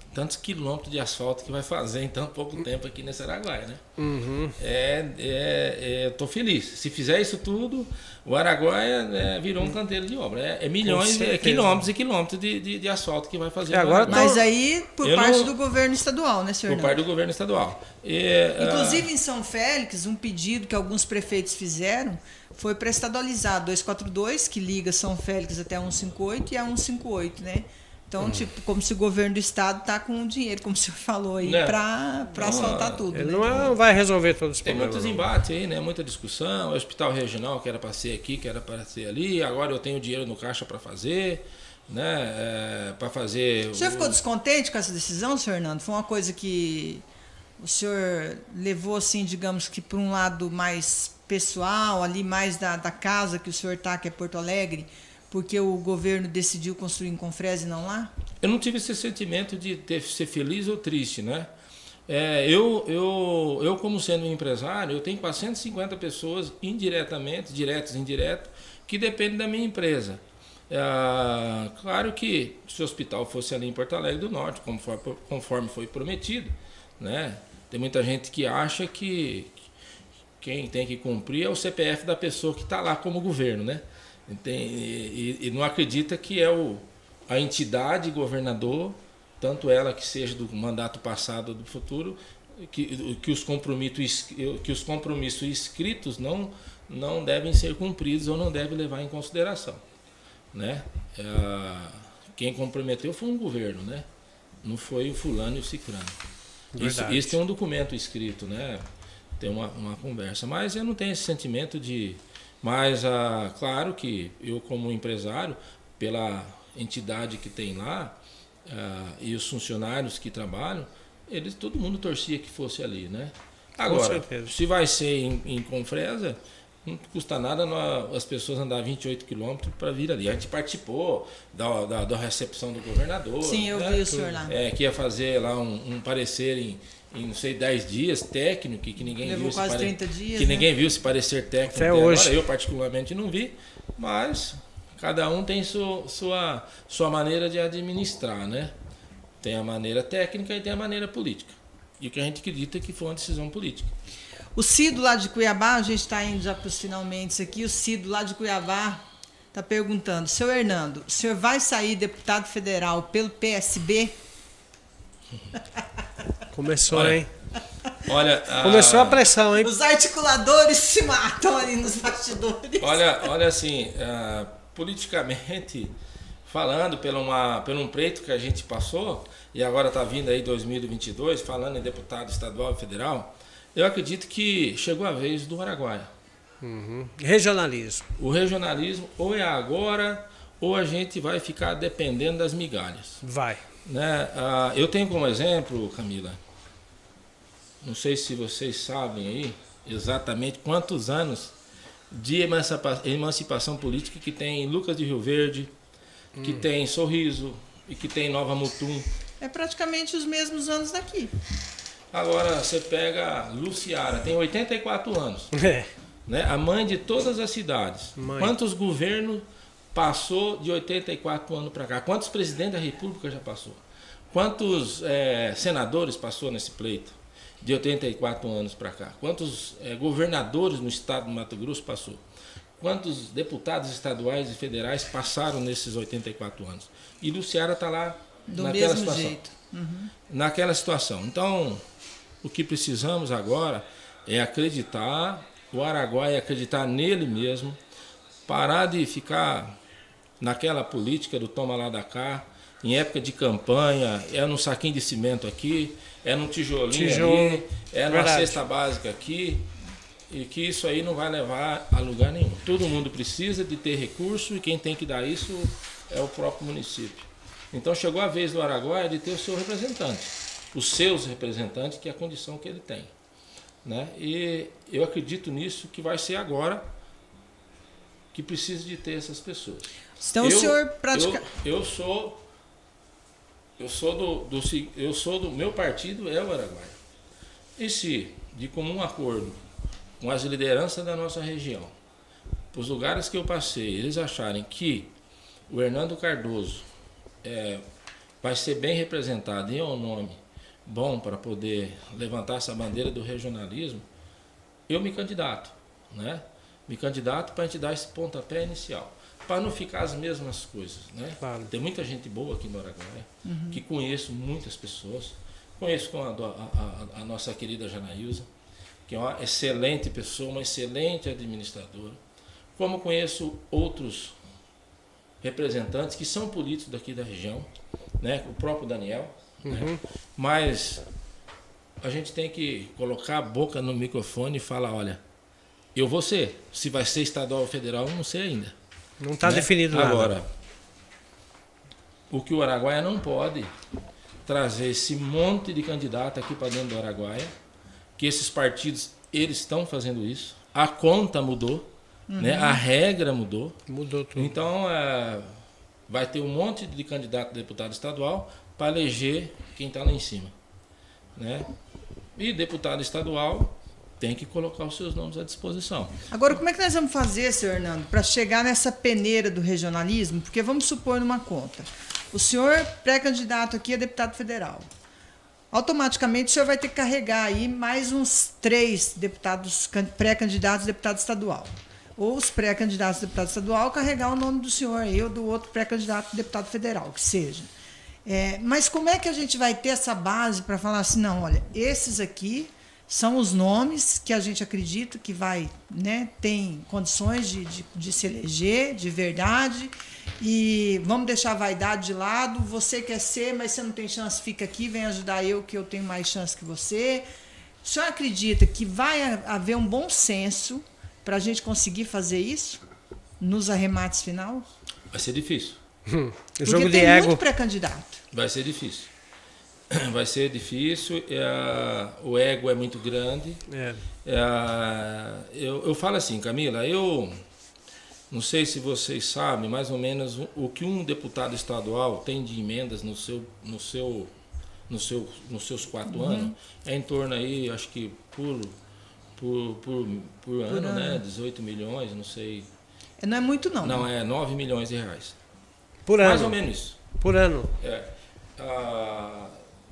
tantos quilômetros de asfalto que vai fazer em tão pouco tempo aqui nesse Araguaia, né? Uhum. É, é, é, eu tô feliz. Se fizer isso tudo, o Araguaia é, virou um canteiro de obra. É, é milhões, é quilômetros e quilômetros de, de, de asfalto que vai fazer. É, agora tô... Mas aí por eu parte não... do governo estadual, né, senhor? Por parte do governo estadual. E, Inclusive uh... em São Félix, um pedido que alguns prefeitos fizeram foi para estadualizar duzentos e quarenta e dois, que liga São Félix até a cento e cinquenta e oito, e a cento e cinquenta e oito, né? Então, hum. tipo, como se o governo do estado está com o dinheiro, como o senhor falou aí, para asfaltar tudo. Ele né? não vai resolver todos os Tem problemas. Tem muitos embates aí, né? Muita discussão. O hospital regional que era para ser aqui, que era para ser ali. Agora eu tenho dinheiro no caixa para fazer, né? É, para fazer... O senhor o... ficou descontente com essa decisão, senhor Hernando? Foi uma coisa que o senhor levou, assim, digamos que para um lado mais pessoal, ali mais da, da casa que o senhor está, que é Porto Alegre, porque o governo decidiu construir em Confresa e não lá? Eu não tive esse sentimento de ter, ser feliz ou triste, né? É, eu, eu, eu, como sendo um empresário, eu tenho quatrocentas e cinquenta pessoas indiretamente, diretas e indiretas, que dependem da minha empresa. É, claro que se o hospital fosse ali em Porto Alegre do Norte, conforme, conforme foi prometido, né? Tem muita gente que acha que quem tem que cumprir é o C P F da pessoa que está lá como governo, né? Tem, e, e não acredita que é o, a entidade governador, tanto ela que seja do mandato passado ou do futuro, que, que, os compromissos, que os compromissos escritos não, não devem ser cumpridos ou não devem levar em consideração, né? É, quem comprometeu foi um governo, né? Não foi o fulano e o ciclano. Isso, isso tem um documento escrito, né? Tem uma, uma conversa, mas eu não tenho esse sentimento de... Mas, ah, claro que eu, como empresário, pela entidade que tem lá, ah, e os funcionários que trabalham, eles, todo mundo torcia que fosse ali, né? Agora, se vai ser em, em Confresa, não custa nada nós, as pessoas andar vinte e oito quilômetros para vir ali. A gente participou da, da, da recepção do governador. Sim, eu né? vi o senhor lá. É, que ia fazer lá um, um parecer em... em, não sei, dez dias, técnico, que ninguém Levou viu. quase se pare... trinta dias, Que né? ninguém viu se parecer técnico. Até hoje. Agora, eu particularmente não vi, mas cada um tem sua, sua, sua maneira de administrar, né? Tem a maneira técnica e tem a maneira política. E o que a gente acredita é que foi uma decisão política. O Cido lá de Cuiabá, a gente está indo já para os finalmente aqui, o Cido lá de Cuiabá está perguntando, seu Hernando, o senhor vai sair deputado federal pelo P S B? Começou, olha, hein? Olha, Começou a pressão, hein? Os articuladores se matam ali nos bastidores. Olha, olha assim, uh, politicamente falando, pelo, uma, pelo um pleito que a gente passou, e agora está vindo aí dois mil e vinte e dois, falando em deputado estadual e federal, eu acredito que chegou a vez do Araguaia. Uhum. Regionalismo. O regionalismo ou é agora, ou a gente vai ficar dependendo das migalhas. Vai. Né? Uh, eu tenho como exemplo, Camila, não sei se vocês sabem aí exatamente quantos anos de emancipa emancipação política que tem em Lucas de Rio Verde, hum. que tem Sorriso e que tem Nova Mutum. É praticamente os mesmos anos daqui. Agora você pega Luciara, tem oitenta e quatro anos. É. Né? A mãe de todas as cidades. Mãe. Quantos governos passou de oitenta e quatro anos para cá? Quantos presidentes da República já passou? Quantos é, senadores passou nesse pleito de oitenta e quatro anos para cá? Quantos é, governadores no estado do Mato Grosso passou? Quantos deputados estaduais e federais passaram nesses oitenta e quatro anos? E Luciara está lá do naquela mesmo situação. jeito. Uhum. Naquela situação. Então, o que precisamos agora é acreditar, o Araguaia acreditar nele mesmo, parar de ficar naquela política do toma lá da cá, em época de campanha, é no saquinho de cimento aqui, é no tijolinho Tijolo. ali, é numa Verdade. cesta básica aqui, e que isso aí não vai levar a lugar nenhum. Todo mundo precisa de ter recurso e quem tem que dar isso é o próprio município. Então chegou a vez do Araguaia de ter o seu representante, os seus representantes, que é a condição que ele tem. Né? E eu acredito nisso, que vai ser agora que precisa de ter essas pessoas. Então eu, o senhor pratica... eu, eu sou eu sou do, do eu sou do meu partido é o Araguaia. E se de comum acordo com as lideranças da nossa região, os lugares que eu passei, eles acharem que o Hernando Cardoso é vai ser bem representado e é um nome bom para poder levantar essa bandeira do regionalismo, eu me candidato, né? Me candidato para a gente dar esse pontapé inicial, para não ficar as mesmas coisas, né? Claro. Tem muita gente boa aqui no Araguaia, uhum. que conheço muitas pessoas, conheço com a, a, a, a nossa querida Janaílza, que é uma excelente pessoa, uma excelente administradora, como conheço outros representantes que são políticos daqui da região, né? O próprio Daniel, uhum. né? Mas a gente tem que colocar a boca no microfone e falar, olha, eu vou ser, se vai ser estadual ou federal, eu não sei ainda. Não está né? definido nada. Agora, o que o Araguaia não pode trazer esse monte de candidato aqui para dentro do Araguaia, que esses partidos, eles estão fazendo isso, a conta mudou, uhum. né? A regra mudou. Mudou tudo. Então, é, vai ter um monte de candidato a deputado estadual para eleger quem está lá em cima. Né? E deputado estadual tem que colocar os seus nomes à disposição. Agora, como é que nós vamos fazer, senhor Hernando, para chegar nessa peneira do regionalismo? Porque vamos supor numa conta. O senhor pré-candidato aqui é deputado federal. Automaticamente o senhor vai ter que carregar aí mais uns três deputados pré-candidatos a deputado estadual. Ou os pré-candidatos a deputado estadual carregar o nome do senhor aí, ou do outro pré-candidato a deputado federal, que seja. É, mas como é que a gente vai ter essa base para falar assim, não, olha, esses aqui são os nomes que a gente acredita que vai, né, tem condições de, de, de se eleger de verdade, e vamos deixar a vaidade de lado, você quer ser, mas você não tem chance, fica aqui, vem ajudar eu que eu tenho mais chance que você. O senhor acredita que vai haver um bom senso para a gente conseguir fazer isso nos arremates final? Vai ser difícil. Hum, Porque jogo de tem ego. muito pré-candidato. Vai ser difícil. Vai ser difícil. É, o ego é muito grande. É. É, eu, eu falo assim, Camila, eu não sei se vocês sabem mais ou menos o, o que um deputado estadual tem de emendas no seu, no seu, no seu, nos seus quatro uhum. anos. É em torno aí, acho que por, por, por, por, ano, por ano, né? dezoito milhões, não sei. Não é muito não. Não, é nove milhões de reais. Por ano. Mais ou menos isso. Por ano. É. Ah,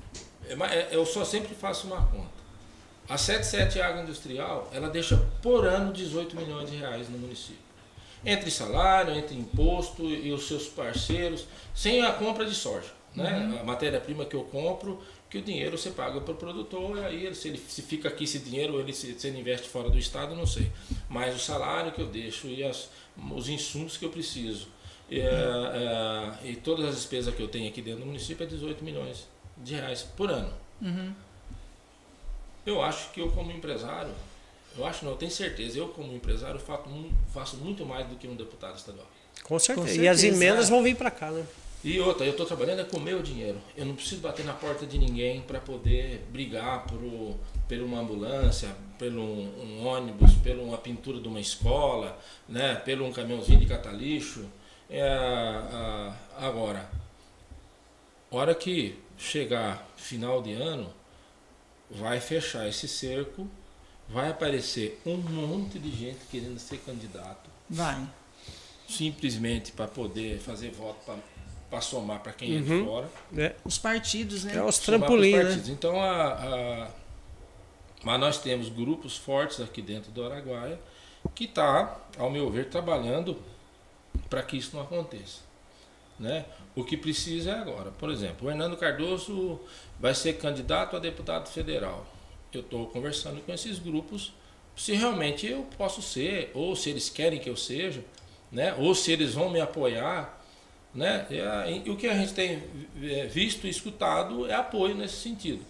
eu só sempre faço uma conta. A setenta e sete Agroindustrial, ela deixa por ano dezoito milhões de reais no município. Entre salário, entre imposto e os seus parceiros, sem a compra de soja. Né? Uhum. A matéria-prima que eu compro, que o dinheiro você paga para o produtor, e aí se ele se fica aqui esse dinheiro, ele, se, se ele investe fora do estado, não sei. Mas o salário que eu deixo e as, os insumos que eu preciso, é, é, e todas as despesas que eu tenho aqui dentro do município é dezoito milhões de reais por ano. Uhum. Eu acho que eu como empresário, eu acho não, eu tenho certeza, eu como empresário faço, faço muito mais do que um deputado estadual. Com certeza. Com E as certeza. emendas vão vir para cá, né? E outra, eu estou trabalhando é com o meu dinheiro. Eu não preciso bater na porta de ninguém para poder brigar por, por uma ambulância, pelo um, um ônibus, pela uma pintura de uma escola, né, pelo um caminhãozinho de catalixo. É, a, agora, hora que chegar final de ano, vai fechar esse cerco, vai aparecer um monte de gente querendo ser candidato. Vai. Simplesmente para poder fazer voto para somar para quem uhum. é de fora. É. Os partidos, né? É os trampolins, né? Então, a, a, mas nós temos grupos fortes aqui dentro do Araguaia que está, ao meu ver, trabalhando para que isso não aconteça. Né? O que precisa é agora. Por exemplo, o Hernando Cardoso vai ser candidato a deputado federal. Eu estou conversando com esses grupos se realmente eu posso ser, ou se eles querem que eu seja, né? Ou se eles vão me apoiar. Né? E, e o que a gente tem visto e escutado é apoio nesse sentido.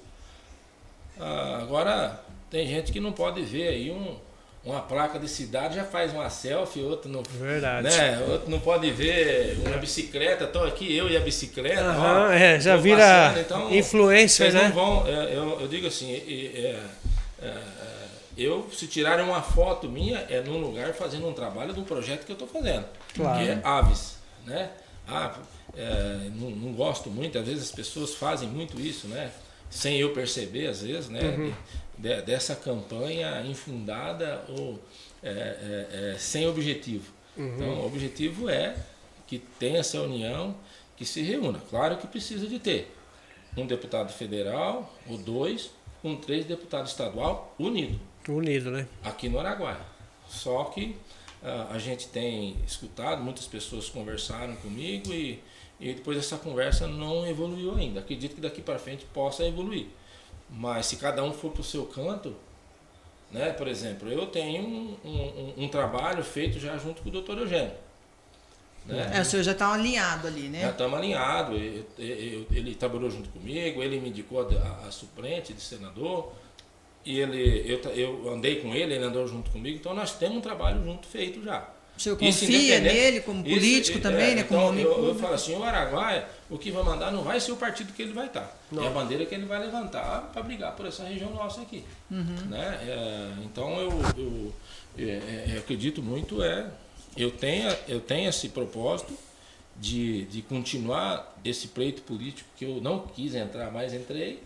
Ah, agora, tem gente que não pode ver aí um, uma placa de cidade, já faz uma selfie, outro não, Verdade. Né? Outro não pode ver uma bicicleta, estou aqui eu e a bicicleta. Uhum, ó, é, já vira passando, então, influencer, né? Não vão, é, eu, eu digo assim, é, é, é, eu, se tirarem uma foto minha, é num lugar fazendo um trabalho de um projeto que eu estou fazendo, claro. Que é Aves, né? Ah, é, não, não gosto muito, às vezes as pessoas fazem muito isso, né? Sem eu perceber, às vezes, né? Uhum. De, dessa campanha infundada ou é, é, é, sem objetivo. Uhum. Então, o objetivo é que tenha essa união, que se reúna. Claro que precisa de ter um deputado federal ou dois, com três deputados estadual unido. Unido, né? Aqui no Araguaia. Só que uh, a gente tem escutado, muitas pessoas conversaram comigo e, e depois essa conversa não evoluiu ainda. Acredito que daqui para frente possa evoluir. Mas se cada um for para o seu canto, né? Por exemplo, eu tenho um, um, um trabalho feito já junto com o doutor Eugênio. Né? É, o senhor já está alinhado ali, né? Já estamos alinhados. Ele, ele, ele trabalhou junto comigo, ele me indicou a, a suplente de senador. E ele, eu, eu andei com ele, ele andou junto comigo, então nós temos um trabalho junto feito já. O senhor confia nele como político isso, também, é, né? Como então, homem eu, público? eu falo assim, o Araguaia, o que vai mandar não vai ser o partido que ele vai estar. Não. É a bandeira que ele vai levantar para brigar por essa região nossa aqui. Uhum. Né? É, então eu, eu, eu, eu acredito muito, é, eu, tenho, eu tenho esse propósito de, de continuar esse pleito político que eu não quis entrar, mas entrei,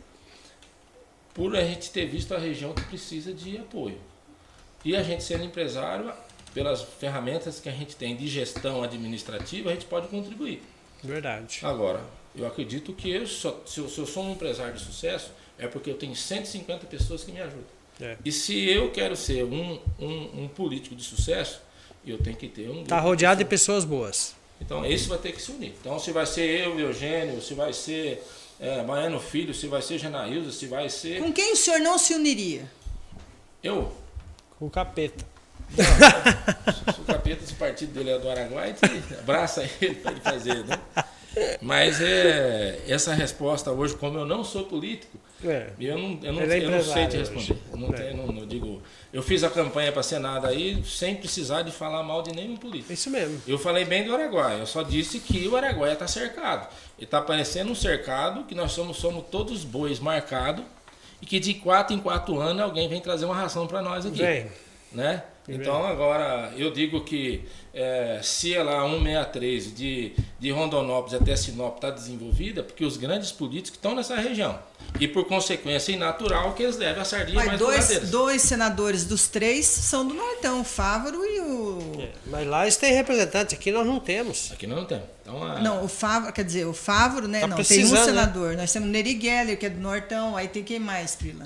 por a gente ter visto a região que precisa de apoio. E a gente sendo empresário, pelas ferramentas que a gente tem de gestão administrativa, a gente pode contribuir. Verdade. Agora, eu acredito que eu só, se, eu, se eu sou um empresário de sucesso, é porque eu tenho cento e cinquenta pessoas que me ajudam. É. E se eu quero ser um, um, um político de sucesso, eu tenho que ter um... Está rodeado de pessoas boas. Então, esse vai ter que se unir. Então, se vai ser eu, Eugênio, se vai ser é, Baiano Filho, se vai ser Janaílza, se vai ser... Com quem o senhor não se uniria? Eu? Com o Capeta. Não, se o Capeta, esse partido dele é do Araguaia, abraça ele para ele fazer, né? Mas é, essa resposta hoje, como eu não sou político, é. eu, não, eu, não, é eu não sei te responder. Eu não, é. tenho, não, não digo, eu fiz a campanha para Senado aí sem precisar de falar mal de nenhum político. Isso mesmo. Eu falei bem do Araguaia, eu só disse que o Araguaia está cercado. Ele está parecendo um cercado, que nós somos, somos todos bois marcados e que de quatro em quatro anos alguém vem trazer uma ração para nós aqui. Vem. Né? Então agora eu digo que é, se ela cento e sessenta e três de, de Rondonópolis até Sinop está desenvolvida, porque os grandes políticos estão nessa região. E por consequência é natural que eles levem a sardinha mas mais dois, deles. dois senadores dos três são do Nortão, o Fávaro e o... É, mas lá eles têm representantes, aqui nós não temos. Aqui nós não temos. Então, a... Não, o Fávaro, quer dizer, o Fávaro, né? Tá não, tem um senador. Né? Nós temos o Neri Geller, que é do Nortão, aí tem quem mais, Prila?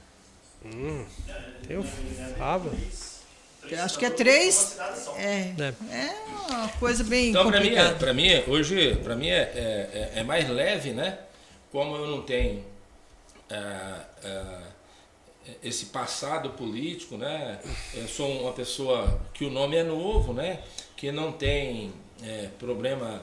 Hum, tem o Fávaro. Acho que é três. É, é uma coisa bem então, complicada. Para mim, pra mim, hoje, para mim é, é, é mais leve, né? Como eu não tenho é, é, esse passado político, né? Eu sou uma pessoa que o nome é novo, né? Que não tem é, problema,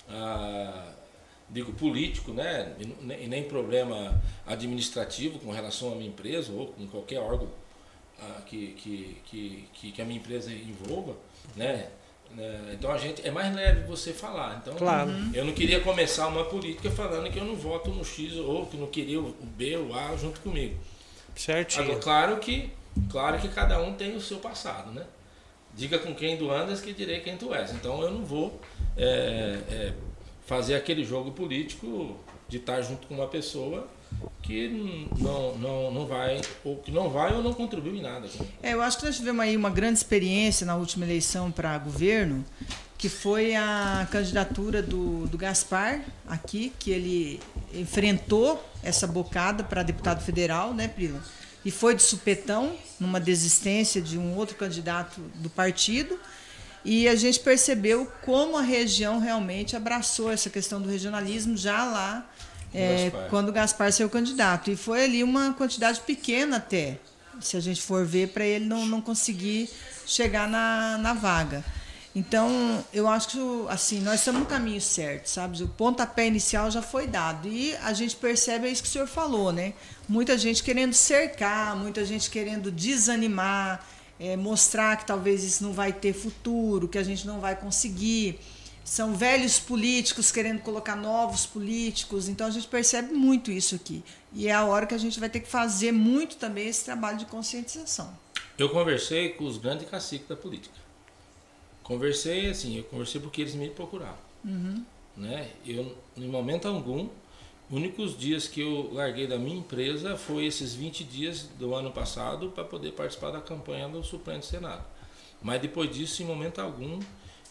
ah, digo, político, né? E nem problema administrativo com relação à minha empresa ou com qualquer órgão Que, que, que, que a minha empresa envolva, né? Então a gente é mais leve você falar. Então claro. Eu não queria começar uma política falando que eu não voto no X ou que não queria o B ou o A junto comigo. Certinho. Agora, claro que, claro que cada um tem o seu passado, né? Diga com quem tu andas que direi quem tu és. Então eu não vou é, é, fazer aquele jogo político de estar junto com uma pessoa que não, não, não vai, ou que não vai ou não contribui em nada. É, eu acho que nós tivemos aí uma grande experiência na última eleição para governo, que foi a candidatura do, do Gaspar aqui, que ele enfrentou essa bocada para deputado federal, né, Prila? E foi de supetão, numa desistência de um outro candidato do partido, e a gente percebeu como a região realmente abraçou essa questão do regionalismo já lá, É, quando o Gaspar saiu candidato. E foi ali uma quantidade pequena até, se a gente for ver, para ele não, não conseguir chegar na, na vaga. Então, eu acho que assim, nós estamos no caminho certo, sabe? O pontapé inicial já foi dado. E a gente percebe, é isso que o senhor falou, né? Muita gente querendo cercar, muita gente querendo desanimar, é, mostrar que talvez isso não vai ter futuro, que a gente não vai conseguir. São velhos políticos querendo colocar novos políticos, então a gente percebe muito isso aqui. E é a hora que a gente vai ter que fazer muito também esse trabalho de conscientização. Eu conversei com os grandes caciques da política. Conversei assim, eu conversei porque eles me procuraram. Uhum. Né? Eu, em momento algum, os únicos dias que eu larguei da minha empresa foi esses vinte dias do ano passado para poder participar da campanha do Supremo Senado. Mas depois disso, em momento algum,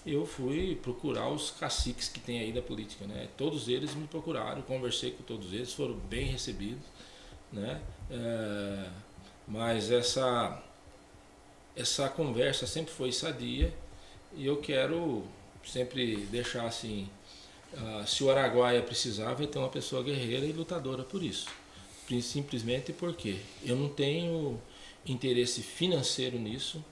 eu fui procurar os caciques que tem aí da política, né? Todos eles me procuraram, conversei com todos eles, foram bem recebidos, né? É, mas essa, essa conversa sempre foi sadia e eu quero sempre deixar assim, uh, se o Araguaia precisar, vai ter uma pessoa guerreira e lutadora por isso. Simplesmente porque eu não tenho interesse financeiro nisso,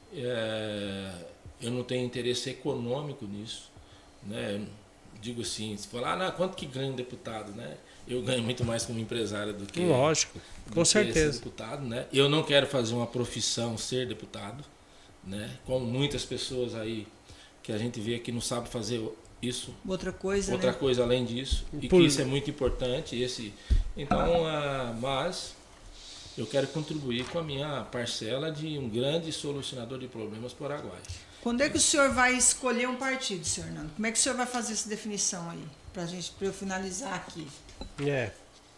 é, eu não tenho interesse econômico nisso, né? Digo assim, se falar, ah, não, quanto que ganha um deputado, né? Eu ganho muito mais como empresário do que, lógico, com do certeza. que deputado, né? Eu não quero fazer uma profissão ser deputado, né? Como muitas pessoas aí que a gente vê que não sabe fazer isso. Outra coisa, Outra né? coisa além disso, e Por... que isso é muito importante. Esse, então, uh, mas eu quero contribuir com a minha parcela de um grande solucionador de problemas para o Araguaia. Quando é que o senhor vai escolher um partido, senhor Hernando? Como é que o senhor vai fazer essa definição aí? Pra gente, para eu finalizar aqui. É.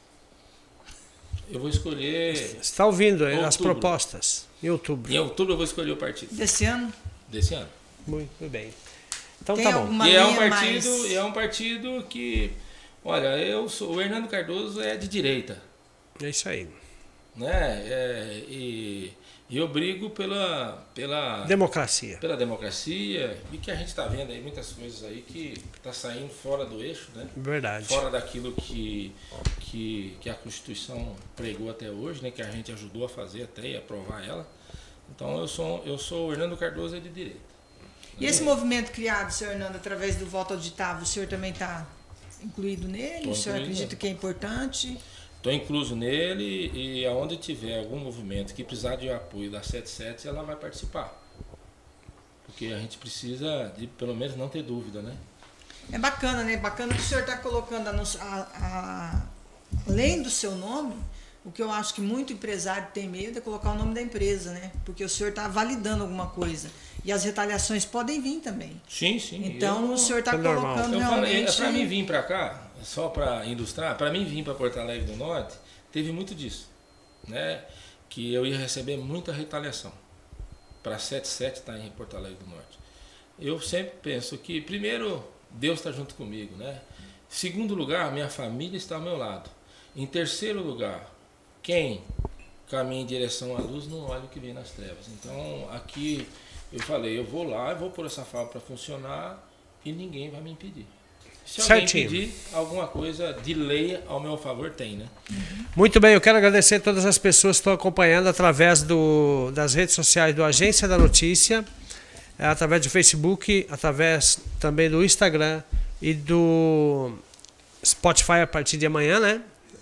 Eu vou escolher... Você está ouvindo aí as outubro. propostas? Em outubro. Em outubro eu vou escolher o partido. Desse ano? Desse ano. Muito bem. Então Tem tá bom. alguma E é um linha partido, mais- e é um partido que... Olha, eu sou, o Hernando Cardoso é de direita, É isso aí. né? É, e, e eu brigo pela, pela, Democracia. pela democracia, e que a gente está vendo aí muitas coisas aí que está saindo fora do eixo, né? Verdade. Fora daquilo que, que, que a Constituição pregou até hoje, né? Que a gente ajudou a fazer até e aprovar ela. Então eu sou, eu sou o Hernando Cardoso é de direita. E esse movimento criado, senhor Hernando, através do voto auditável, o senhor também está incluído nele? Tô o senhor incluído. acredita que é importante? Estou incluso nele e aonde tiver algum movimento que precisar de apoio da setenta e sete, ela vai participar. Porque a gente precisa de, pelo menos, não ter dúvida, né? É bacana, né? Bacana que o senhor está colocando, a, nos- a- a- além do seu nome, o que eu acho que muito empresário tem medo é colocar o nome da empresa, né? Porque o senhor está validando alguma coisa. E as retaliações podem vir também. Sim, sim. Então eu, o senhor está É normal. colocando eu falei, realmente... para mim vir para cá, só para ilustrar, para mim vir para Porto Alegre do Norte, teve muito disso, né? Que eu ia receber muita retaliação para a setenta e sete estar em Porto Alegre do Norte. Eu sempre penso que, primeiro, Deus está junto comigo, né? Segundo lugar, minha família está ao meu lado. Em terceiro lugar, quem caminha em direção à luz não olha o que vem nas trevas. Então, aqui eu falei, eu vou lá, eu vou pôr essa fábrica para funcionar e ninguém vai me impedir. Se alguém Certinho. pedir alguma coisa de lei ao meu favor, tem, né? Muito bem, eu quero agradecer a todas as pessoas que estão acompanhando através do, das redes sociais do Agência da Notícia, eh, através do Facebook, através também do Instagram e do Spotify a partir de amanhã, né?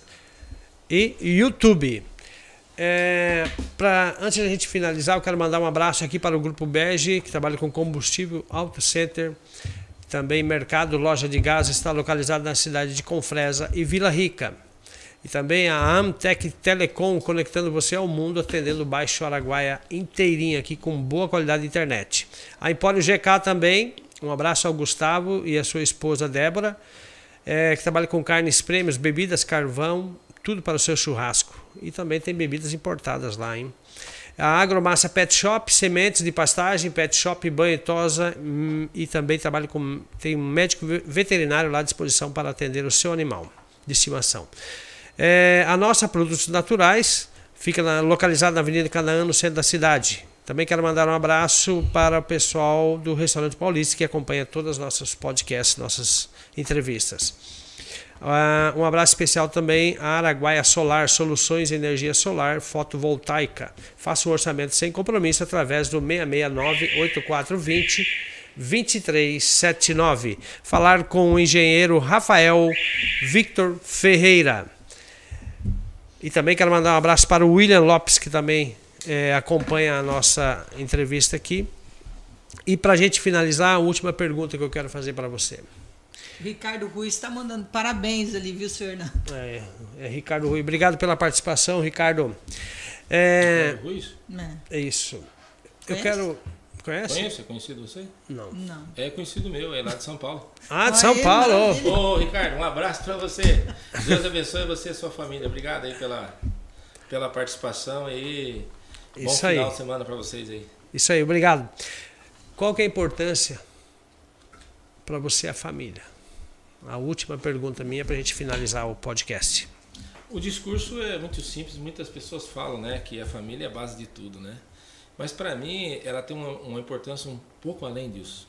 E YouTube. É, pra, antes da gente finalizar, eu quero mandar um abraço aqui para o Grupo Bege, que trabalha com combustível, Auto Center, também Mercado, Loja de Gás, está localizado na cidade de Confresa e Vila Rica. E também a Amtec Telecom, conectando você ao mundo, atendendo o Baixo Araguaia inteirinho aqui com boa qualidade de internet. A Empório G K também, um abraço ao Gustavo e a sua esposa Débora, é, que trabalha com carnes prêmios, bebidas, carvão, tudo para o seu churrasco. E também tem bebidas importadas lá, hein? A Agromassa Pet Shop, sementes de pastagem, Pet Shop, banho e tosa, hum, e também trabalha com, tem um médico veterinário lá à disposição para atender o seu animal de estimação. É, a nossa Produtos Naturais fica na, localizada na Avenida Canaã, no centro da cidade. Também quero mandar um abraço para o pessoal do Restaurante Paulista que acompanha todas as nossas podcasts, nossas entrevistas. Uh, um abraço especial também a Araguaia Solar, soluções de energia solar fotovoltaica. Faça um orçamento sem compromisso através do seis seis nove, oito quatro dois zero, dois três sete nove. Falar com o engenheiro Rafael Victor Ferreira. E também quero mandar um abraço para o William Lopes, que também é, acompanha a nossa entrevista aqui. E para a gente finalizar, a última pergunta que eu quero fazer para você. Ricardo Ruiz está mandando parabéns ali, viu, senhor Hernando? É, é Ricardo Rui. Obrigado pela participação, Ricardo. É, Ricardo Ruiz? é isso. Eu Conhece? quero. Conhece? Conhece? É conhecido você? Não. Não. É conhecido meu, é lá de São Paulo. Ah, de São Aê, Paulo. maravilha. Ô, Ricardo, um abraço para você. Deus abençoe você e sua família. Obrigado aí pela, pela participação e bom Isso final aí. de semana para vocês aí. Isso aí, obrigado. Qual que é a importância para você a família? A última pergunta minha para a gente finalizar o podcast. O discurso é muito simples, muitas pessoas falam, né, que a família é a base de tudo, né? Mas para mim ela tem uma, uma importância um pouco além disso.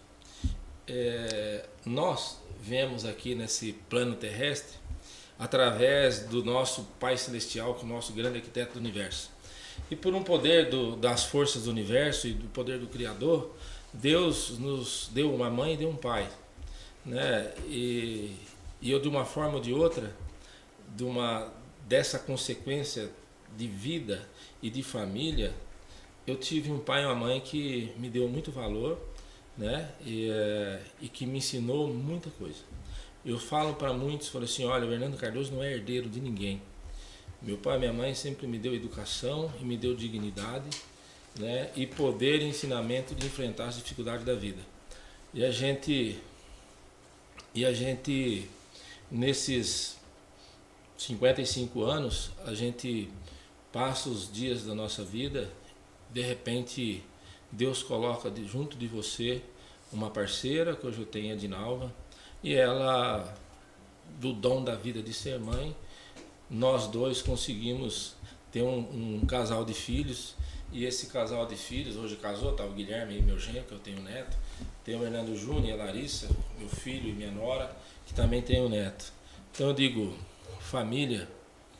É, nós vemos aqui nesse plano terrestre através do nosso Pai Celestial, que é o nosso grande arquiteto do universo. E por um poder do, das forças do universo e do poder do Criador, Deus nos deu uma mãe e deu um pai, né? E, e eu de uma forma ou de outra, de uma, dessa consequência de vida e de família, eu tive um pai e uma mãe que me deu muito valor, né? E, é, e que me ensinou muita coisa. Eu falo para muitos, falo assim, olha, o Hernando Cardoso não é herdeiro de ninguém. Meu pai e minha mãe sempre me deu educação e me deu dignidade, né? E poder e ensinamento de enfrentar as dificuldades da vida. E a gente, e a gente nesses cinquenta e cinco anos, a gente passa os dias da nossa vida, de repente Deus coloca de, junto de você uma parceira, que hoje eu tenho, a Dinalva, e ela, do dom da vida de ser mãe, nós dois conseguimos ter um, um casal de filhos, e esse casal de filhos, hoje casou, tá o Guilherme e meu genro, que eu tenho neto, tem o Hernando Júnior e a Larissa, meu filho e minha nora, que também tem um neto. Então eu digo, família,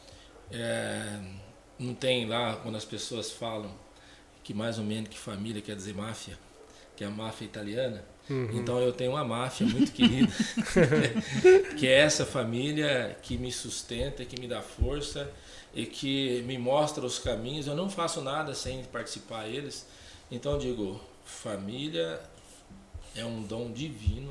é, não tem lá, quando as pessoas falam que mais ou menos que família quer dizer máfia, que é a máfia italiana. Uhum. Então eu tenho uma máfia muito querida, que é essa família que me sustenta, que me dá força e que me mostra os caminhos. Eu não faço nada sem participar deles. Então eu digo, família é um dom divino,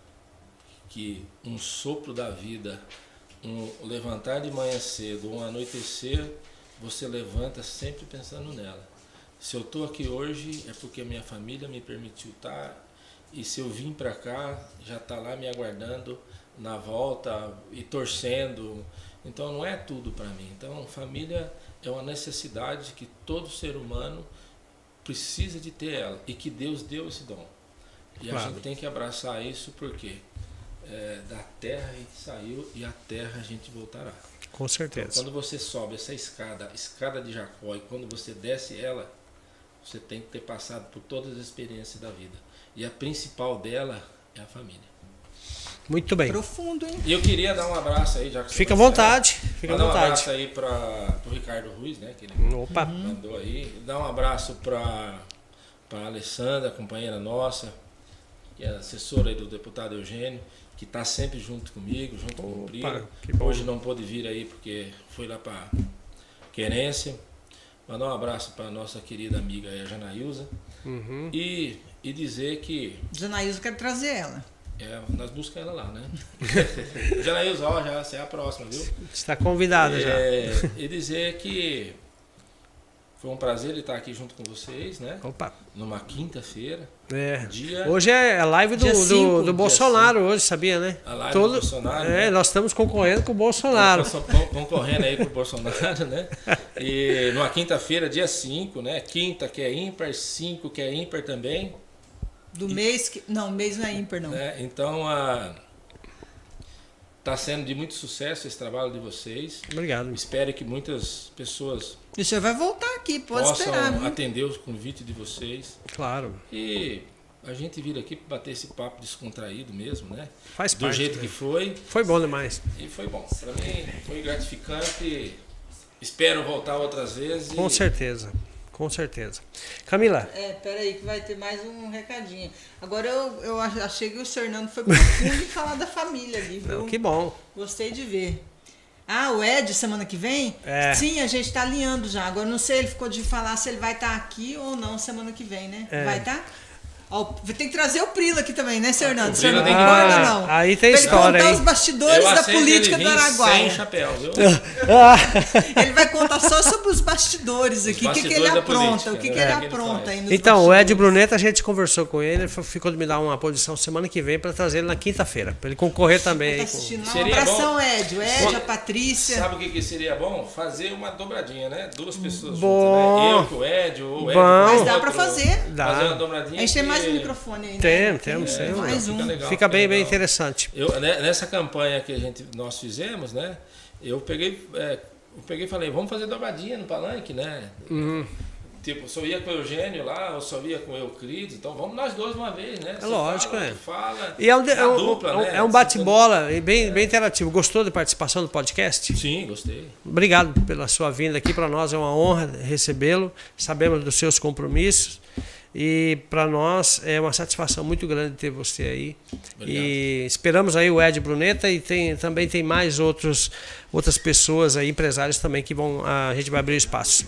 que um sopro da vida, um levantar de manhã cedo, um anoitecer, você levanta sempre pensando nela. Se eu estou aqui hoje é porque minha família me permitiu estar, e se eu vim para cá, já está lá me aguardando na volta e torcendo. Então não é tudo para mim. Então família é uma necessidade que todo ser humano precisa de ter ela, e que Deus deu esse dom. E claro, a gente tem que abraçar isso, porque é, da terra a gente saiu e a terra a gente voltará. Com certeza. Então, quando você sobe essa escada, a escada de Jacó, e quando você desce ela, você tem que ter passado por todas as experiências da vida. E a principal dela é a família. Muito bem. Profundo, hein? E eu queria dar um abraço aí, já que você Fica à vontade. Fica à vontade. Dar um vontade. abraço aí para o Ricardo Ruiz, né? Que ele Opa. mandou aí. Dar um abraço para a Alessandra, companheira nossa, que é assessora aí do deputado Eugênio, que está sempre junto comigo, junto com o Prila. Hoje não pôde vir aí porque foi lá para Querência. Mandar um abraço para a nossa querida amiga a Janaílza. Uhum. E, e dizer que... Janaílza, eu quero trazer ela. É, nós buscamos ela lá, né? Janaílza, ó, já você é a próxima, viu? Está convidada já. É, e dizer que foi um prazer ele estar aqui junto com vocês, né? Opa. Numa quinta-feira. É. Dia... Hoje é a live do, do, do Bolsonaro, hoje, sabia, né? A live Todo... do Bolsonaro. É, né? Nós estamos concorrendo com o Bolsonaro. Estamos concorrendo aí com o Bolsonaro, né? E numa quinta-feira, dia cinco, né? Quinta que é ímpar, cinco que é ímpar também. Do e... mês que... Não, mês não é ímpar, não. É, então, a... está sendo de muito sucesso esse trabalho de vocês. Obrigado. Espero que muitas pessoas... E o senhor vai voltar aqui, pode possam esperar. Possam atender os convites de vocês. Claro. E a gente vir aqui para bater esse papo descontraído mesmo, né? Faz Do parte, jeito né? que foi. Foi bom demais. E foi bom. Para mim foi gratificante. Espero voltar outras vezes. Com e... certeza. Com certeza. Camila. É, peraí que vai ter mais um recadinho. Agora eu, eu achei que o senhor Hernando foi profundo em falar da família ali, viu? Não, que bom. Gostei de ver. Ah, o Ed, semana que vem? É. Sim, a gente está alinhando já. Agora não sei, ele ficou de falar se ele vai estar aqui ou não semana que vem, né? É. Vai estar? Ó, tem que trazer o Prila aqui também, né, senhor Hernando? O Prila senhor não tem que- concorda, Ah, não? aí tem Pra história, ele contar hein? os bastidores Eu da aceito política ele do vir Araguaia. sem chapéu, viu? Ele vai contar só sobre os bastidores aqui. O que, que ele bastidores da apronta? política, O que, que né? ele É, que ele apronta faz. aí nos Então, o Ed bastidores? Bruneta, a gente conversou com ele, ele ficou de me dar uma posição semana que vem para trazer ele na quinta-feira, para ele concorrer também. Tá com- assistindo lá. Um Seria abração, bom. Ed. O Ed, Bom, a Patrícia. Sabe o que, que seria bom? Fazer uma dobradinha, né? Duas pessoas Bom. juntas, né? Eu com o Ed, ou o Ed Bom. com Mas o dá outro. pra fazer. Dá. Fazer uma dobradinha. A gente tem que- mais um microfone aí. Tem, né? temos, Tem temos. mais Fica um. legal, Fica bem, fica bem legal. interessante. Eu, né, nessa campanha que a gente, nós fizemos, né? Eu peguei, é, eu peguei e falei, vamos fazer dobradinha no palanque, né? Uhum. Tipo, eu só ia com o Eugênio lá, eu só ia com o Euclides, então vamos nós dois uma vez, né? É lógico, fala, é. Fala, E é um, é um, dupla, é um, né? é um bate-bola e bem, bem interativo. Gostou da participação do podcast? Sim, gostei. Obrigado pela sua vinda aqui. Para nós é uma honra recebê-lo. Sabemos dos seus compromissos. E para nós é uma satisfação muito grande ter você aí. Obrigado. E esperamos aí o Ed Bruneta e tem, também tem mais outros, outras pessoas aí, empresários também, que vão. A gente vai abrir o espaço.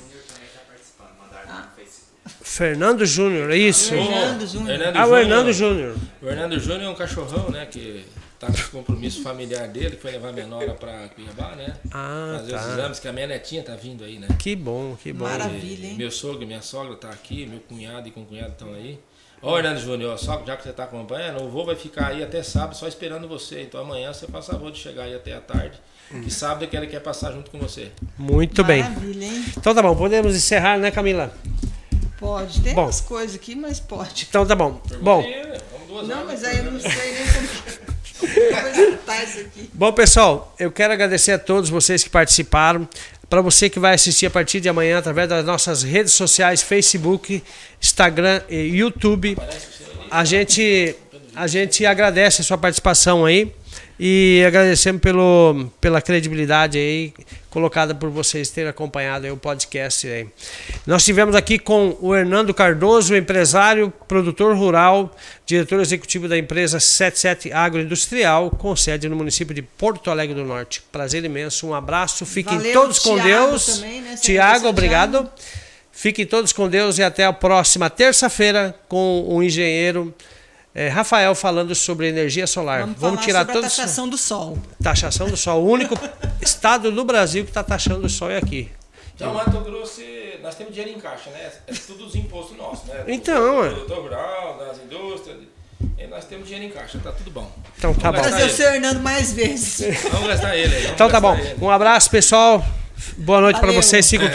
Fernando Júnior, é isso? Hernando Júnior. Hernando Ah, o Júnior. Hernando Júnior. O Hernando Júnior é um cachorrão, né? Que tá com esse compromisso familiar dele, que foi levar a menora pra Cuiabá, né? Ah, Fazer tá. os exames, que a minha netinha tá vindo aí, né? Que bom, que bom. Maravilha, hein? Meu sogro e minha sogra tá aqui, meu cunhado e concunhado estão aí. Ó, Hernando Júnior, ó, só já que você tá acompanhando, o vô vai ficar aí até sábado só esperando você. Então amanhã você faz favor de chegar aí até a tarde. Que sábado é que ele quer passar junto com você. Muito bem. Maravilha, hein? Então tá bom, podemos encerrar, né, Camila? Pode. Tem Bom. umas coisas aqui, mas pode. Então tá bom. Bom, Aí, vamos duas Não, horas mas de aí eu não programa. sei nem como. Eu vou escutar isso aqui. bom, pessoal, eu quero agradecer a todos vocês que participaram. Para você que vai assistir a partir de amanhã através das nossas redes sociais, Facebook, Instagram e YouTube, a gente, a gente agradece a sua participação aí e agradecemos pelo, pela credibilidade aí colocada por vocês terem acompanhado aí o podcast aí. Nós tivemos aqui com o Hernando Cardoso, empresário, produtor rural, diretor executivo da empresa setenta e sete Agroindustrial, com sede no município de Porto Alegre do Norte. Prazer imenso, um abraço, fiquem Valeu, todos com Thiago Deus. também, né? Tiago, Você, obrigado. Thiago. Fiquem todos com Deus e até a próxima terça-feira com o engenheiro eh, Rafael falando sobre energia solar. Vamos, Vamos falar tirar sobre todos a taxação do sol. taxação do sol. O único estado no Brasil que está taxando o sol é aqui. Então, Mato Grosso, nós temos dinheiro em caixa, né? É tudo os impostos nossos, né? Então, é. Do produtor rural, das indústrias. E nós temos dinheiro em caixa, tá tudo bom. Então tá Vamos bom. gastar Trazer o ele. seu Hernando mais vezes. Vamos gastar ele aí. vamos Então tá bom. gastar ele. Um abraço, pessoal. Boa noite para Valeu. vocês. Sigam